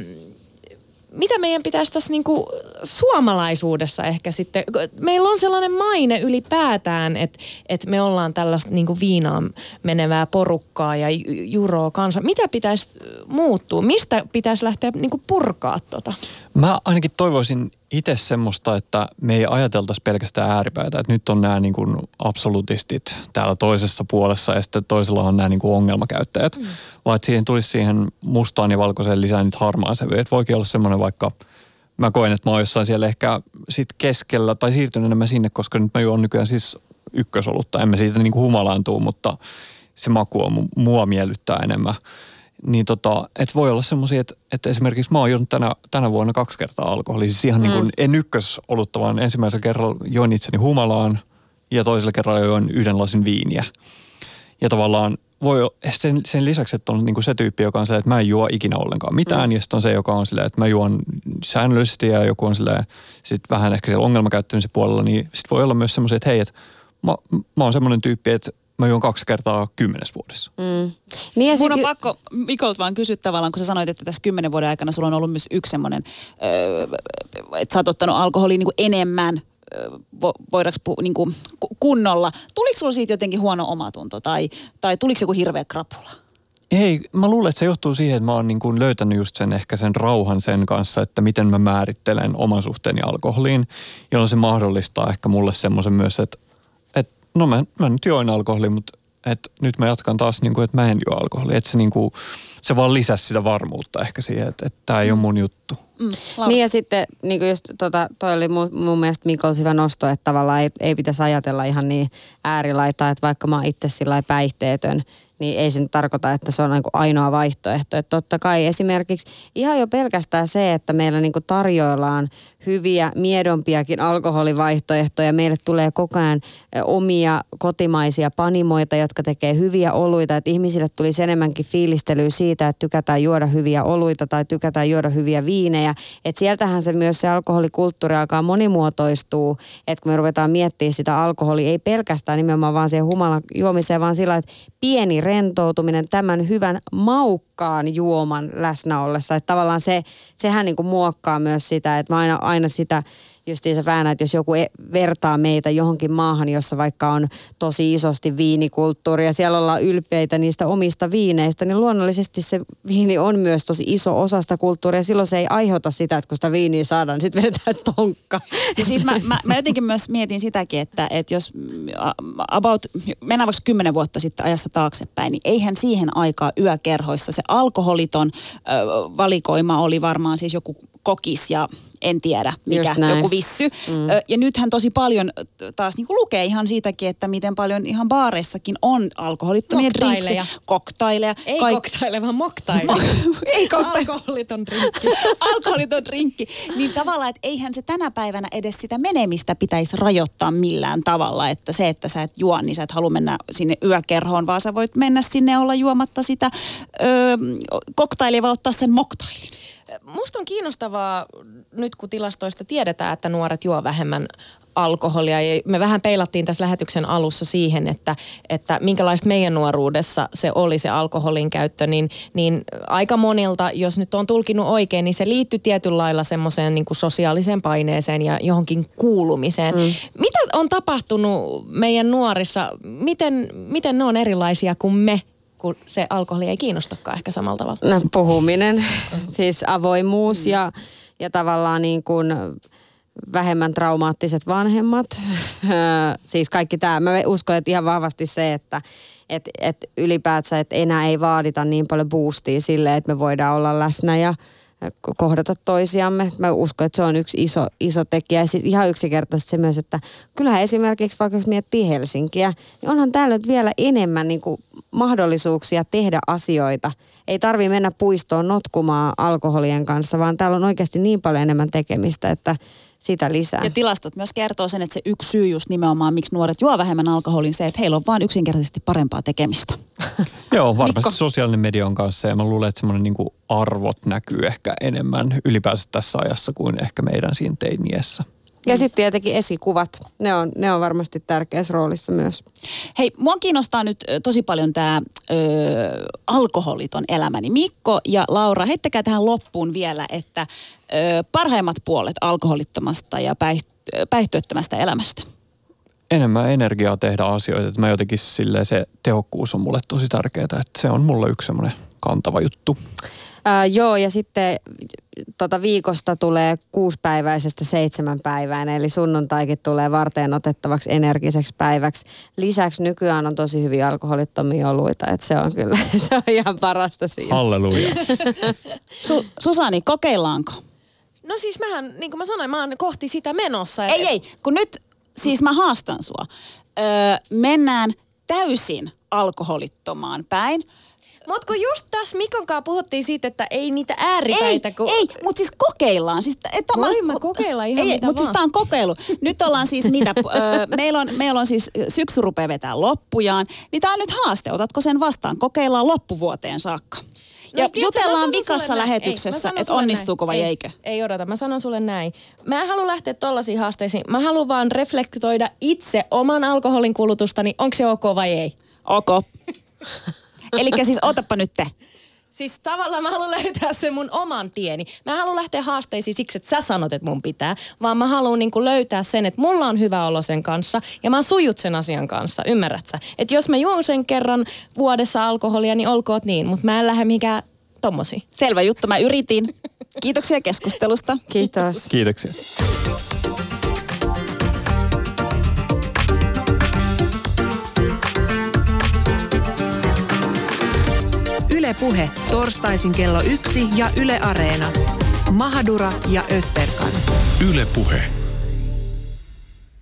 Mitä meidän pitäisi tässä niinku suomalaisuudessa ehkä sitten, meillä on sellainen maine ylipäätään, että, että me ollaan tällaista niinku viinaan menevää porukkaa ja juroa kanssa. Mitä pitäisi muuttua? Mistä pitäisi lähteä niinku purkaa tota? Mä ainakin toivoisin itse semmoista, että me ei ajateltaisi pelkästään ääripäitä, että nyt on nämä niin kuin absolutistit täällä toisessa puolessa ja sitten toisella on nämä niin kuin ongelmakäyttäjät, mm. vaan että siihen tulisi siihen mustaan ja valkoiseen lisää niitä harmaan sävyjä. Että voikin olla semmoinen vaikka, mä koen, että mä oon jossain siellä ehkä sit keskellä tai siirtynyt enemmän sinne, koska nyt mä juon nykyään siis ykkösolutta, emme siitä niin kuin humalaantuu, mutta se maku on mua miellyttää enemmän. Niin tota, että voi olla semmoisia, että, että esimerkiksi mä oon juonut tänä, tänä vuonna kaksi kertaa alkoholia. Siis ihan mm. niin kuin en ykkösolutta, vaan ensimmäisellä kerralla join itseni humalaan ja toisella kerralla join yhden lasin viiniä. Ja tavallaan voi sen, sen lisäksi, että on niin kuin se tyyppi, joka on silleen, että mä en juo ikinä ollenkaan mitään. Mm. Ja sitten on se, joka on silleen, että mä juon säännöllisesti ja joku on silleen, sitten vähän ehkä siellä ongelmakäyttämisen puolella. Niin sitten voi olla myös semmoisia, että hei, että mä, mä oon semmoinen tyyppi, että mä juon kaksi kertaa kymmenes vuodessa. Mm. Niin Mun on y- pakko Mikolta vaan kysyä tavallaan, kun sä sanoit, että tässä kymmenen vuoden aikana sulla on ollut myös yksi semmoinen, öö, että sä oot ottanut alkoholia niin kuin enemmän, öö, voidaanko pu- niin kuin kunnolla. Tuliko sulla siitä jotenkin huono omatunto tai, tai tuliko joku hirveä krapula? Ei, mä luulen, että se johtuu siihen, että mä oon niin kuin löytänyt just sen ehkä sen rauhan sen kanssa, että miten mä määrittelen oman suhteeni alkoholiin, jolloin se mahdollistaa ehkä mulle semmoisen myös, että no mä, mä nyt join alkoholia, mutta et nyt mä jatkan taas niin kuin, että mä en juo alkoholia. Että se, niin kuin, se vaan lisäsi sitä varmuutta ehkä siihen, että, että tämä ei ole mun juttu. Mm, niin ja sitten niin kuin just tota, toi oli mun, mun mielestä Mikol hyvä nosto, että tavallaan ei, ei pitäisi ajatella ihan niin äärilaitaa, että vaikka mä oon itse sillä päihteetön, niin ei se nyt tarkoita, että se on niin kuin ainoa vaihtoehto. Että totta kai esimerkiksi ihan jo pelkästään se, että meillä niin kuin tarjoillaan hyviä, miedompiakin alkoholivaihtoehtoja. Meille tulee koko ajan omia kotimaisia panimoita, jotka tekee hyviä oluita. Että ihmisille tulisi enemmänkin fiilistelyä siitä, että tykätään juoda hyviä oluita tai tykätään juoda hyviä viinejä. Että sieltähän se myös se alkoholikulttuuri alkaa monimuotoistua. Että kun me ruvetaan miettimään sitä alkoholia, ei pelkästään nimenomaan vaan siihen humalan juomiseen, vaan sillä, että pieni rentoutuminen tämän hyvän maukkaan juoman läsnä ollessa. Että tavallaan se, sehän niin kuin muokkaa myös sitä, että mä aina, aina sitä justiin se väänä, että jos joku vertaa meitä johonkin maahan, jossa vaikka on tosi isosti viinikulttuuri ja siellä ollaan ylpeitä niistä omista viineistä, niin luonnollisesti se viini on myös tosi iso osa sitä kulttuuria. Silloin se ei aiheuta sitä, että kun sitä viiniä saadaan, niin sitten vedetään tonkka. Ja siis mä, mä, mä jotenkin myös mietin sitäkin, että, että jos about, mennään vaikka kymmenen vuotta sitten ajassa taaksepäin, niin eihän siihen aikaan yökerhoissa se alkoholiton ö, valikoima oli varmaan siis joku kokis ja en tiedä mikä, joku vissy. Mm. Ö, ja nythän tosi paljon taas niin kuin lukee ihan siitäkin, että miten paljon ihan baareissakin on alkoholittomia drinkseja. Koktaileja. Ei Kaik- koktaile, vaan moktaile. Ei koktaile. Alkoholiton drinkki. Alkoholiton drinkki. Niin tavallaan, että eihän se tänä päivänä edes sitä menemistä pitäisi rajoittaa millään tavalla. Että se, että sä et juo, niin sä et halua mennä sinne yökerhoon, vaan sä voit mennä sinne olla juomatta sitä öö, koktailia, vai ottaa sen moktailin. Musta on kiinnostavaa, nyt kun tilastoista tiedetään, että nuoret juo vähemmän alkoholia. Ja me vähän peilattiin tässä lähetyksen alussa siihen, että, että minkälaista meidän nuoruudessa se oli se alkoholin käyttö, niin, niin aika monilta, jos nyt on tulkinut oikein, niin se liittyy tietyllä lailla semmoiseen niin kuin sosiaaliseen paineeseen ja johonkin kuulumiseen. Mm. Mitä on tapahtunut meidän nuorissa? Miten, miten ne on erilaisia kuin me? Kun se alkoholi ei kiinnostakaan ehkä samalla tavalla. No, puhuminen, siis avoimuus mm. ja, ja tavallaan niin kuin vähemmän traumaattiset vanhemmat. Siis kaikki tämä. Mä uskon, että ihan vahvasti se, että et, et ylipäätään, että enää ei vaadita niin paljon boostia sille, että me voidaan olla läsnä ja kohdata toisiamme. Mä uskon, että se on yksi iso, iso tekijä. Ja ihan yksinkertaisesti se myös, että kyllähän esimerkiksi vaikka jos miettii Helsinkiä, niin onhan täällä nyt vielä enemmän niin kuin mahdollisuuksia tehdä asioita. Ei tarvitse mennä puistoon notkumaan alkoholien kanssa, vaan täällä on oikeasti niin paljon enemmän tekemistä, että sitä lisää. Ja tilastot myös kertoo sen, että se yksi syy just nimenomaan, miksi nuoret juo vähemmän alkoholin, se, että heillä on vaan yksinkertaisesti parempaa tekemistä. Joo, varmasti Mikko? sosiaalinen media on kanssa ja mä luulen, että semmoinen niin kuin arvot näkyy ehkä enemmän ylipäänsä tässä ajassa kuin ehkä meidän siinä teiniässä. Ja sitten tietenkin esikuvat, ne on, ne on varmasti tärkeässä roolissa myös. Hei, mua kiinnostaa nyt tosi paljon tämä alkoholiton elämäni. Mikko ja Laura, heittäkää tähän loppuun vielä, että ö, parhaimmat puolet alkoholittomasta ja päiht- päihtyöttömästä elämästä. Enemmän energiaa tehdä asioita, että mä jotenkin silleen se tehokkuus on mulle tosi tärkeää, että se on mulle yksi semmoinen kantava juttu. Ää, joo, ja sitten tota viikosta tulee kuusipäiväisestä seitsemän päivään, eli sunnuntaikin tulee varteen otettavaksi energiseksi päiväksi. Lisäksi nykyään on tosi hyviä alkoholittomia oluita, että se on kyllä, se on ihan parasta siinä. Halleluja. Su- Susani, kokeillaanko? No siis mähän, niin kuin mä sanoin, mä oon kohti sitä menossa. Ei, ei, kun nyt siis mä haastan sua. Öö, mennään täysin alkoholittomaan päin. Mutta kun just tässä Mikon kanssa puhuttiin siitä, että ei niitä ääripäitä. Ei, kun... ei mutta siis kokeillaan. Siis, että Voin mä kokeilla ihan ei, mitä mutta vaan. siis tää on kokeilu. Nyt ollaan siis mitä, ö, meillä, on, meillä on siis syksy rupeaa vetää loppujaan, niin tää on nyt haaste. Otatko sen vastaan? Kokeillaan loppuvuoteen saakka. No, ja tiedätkö, jutellaan vikassa lähetyksessä, että onnistuuko vai ei, eikö. Ei odota, mä sanon sulle näin. Mä en halua lähteä tollaisiin haasteisiin. Mä haluan vaan reflektoida itse oman alkoholin kulutustani. Onko se ok vai ei? Ok. Elikkä siis otapa nyt te. Siis tavallaan mä haluan löytää sen mun oman tieni. Mä haluan lähteä haasteisiin siksi, että sä sanot, että mun pitää. Vaan mä haluan niinku löytää sen, että mulla on hyvä olo sen kanssa. Ja mä sujut sen asian kanssa, ymmärrät sä? Että jos mä juon sen kerran vuodessa alkoholia, niin olkoot niin. Mutta mä en lähde mikään tommosiin. Selvä juttu, mä yritin. Kiitoksia keskustelusta. Kiitos. Kiitoksia. Yle Puhe, torstaisin kello yksi ja Yle Areena. Mahadura ja Ösberkan. Yle Puhe.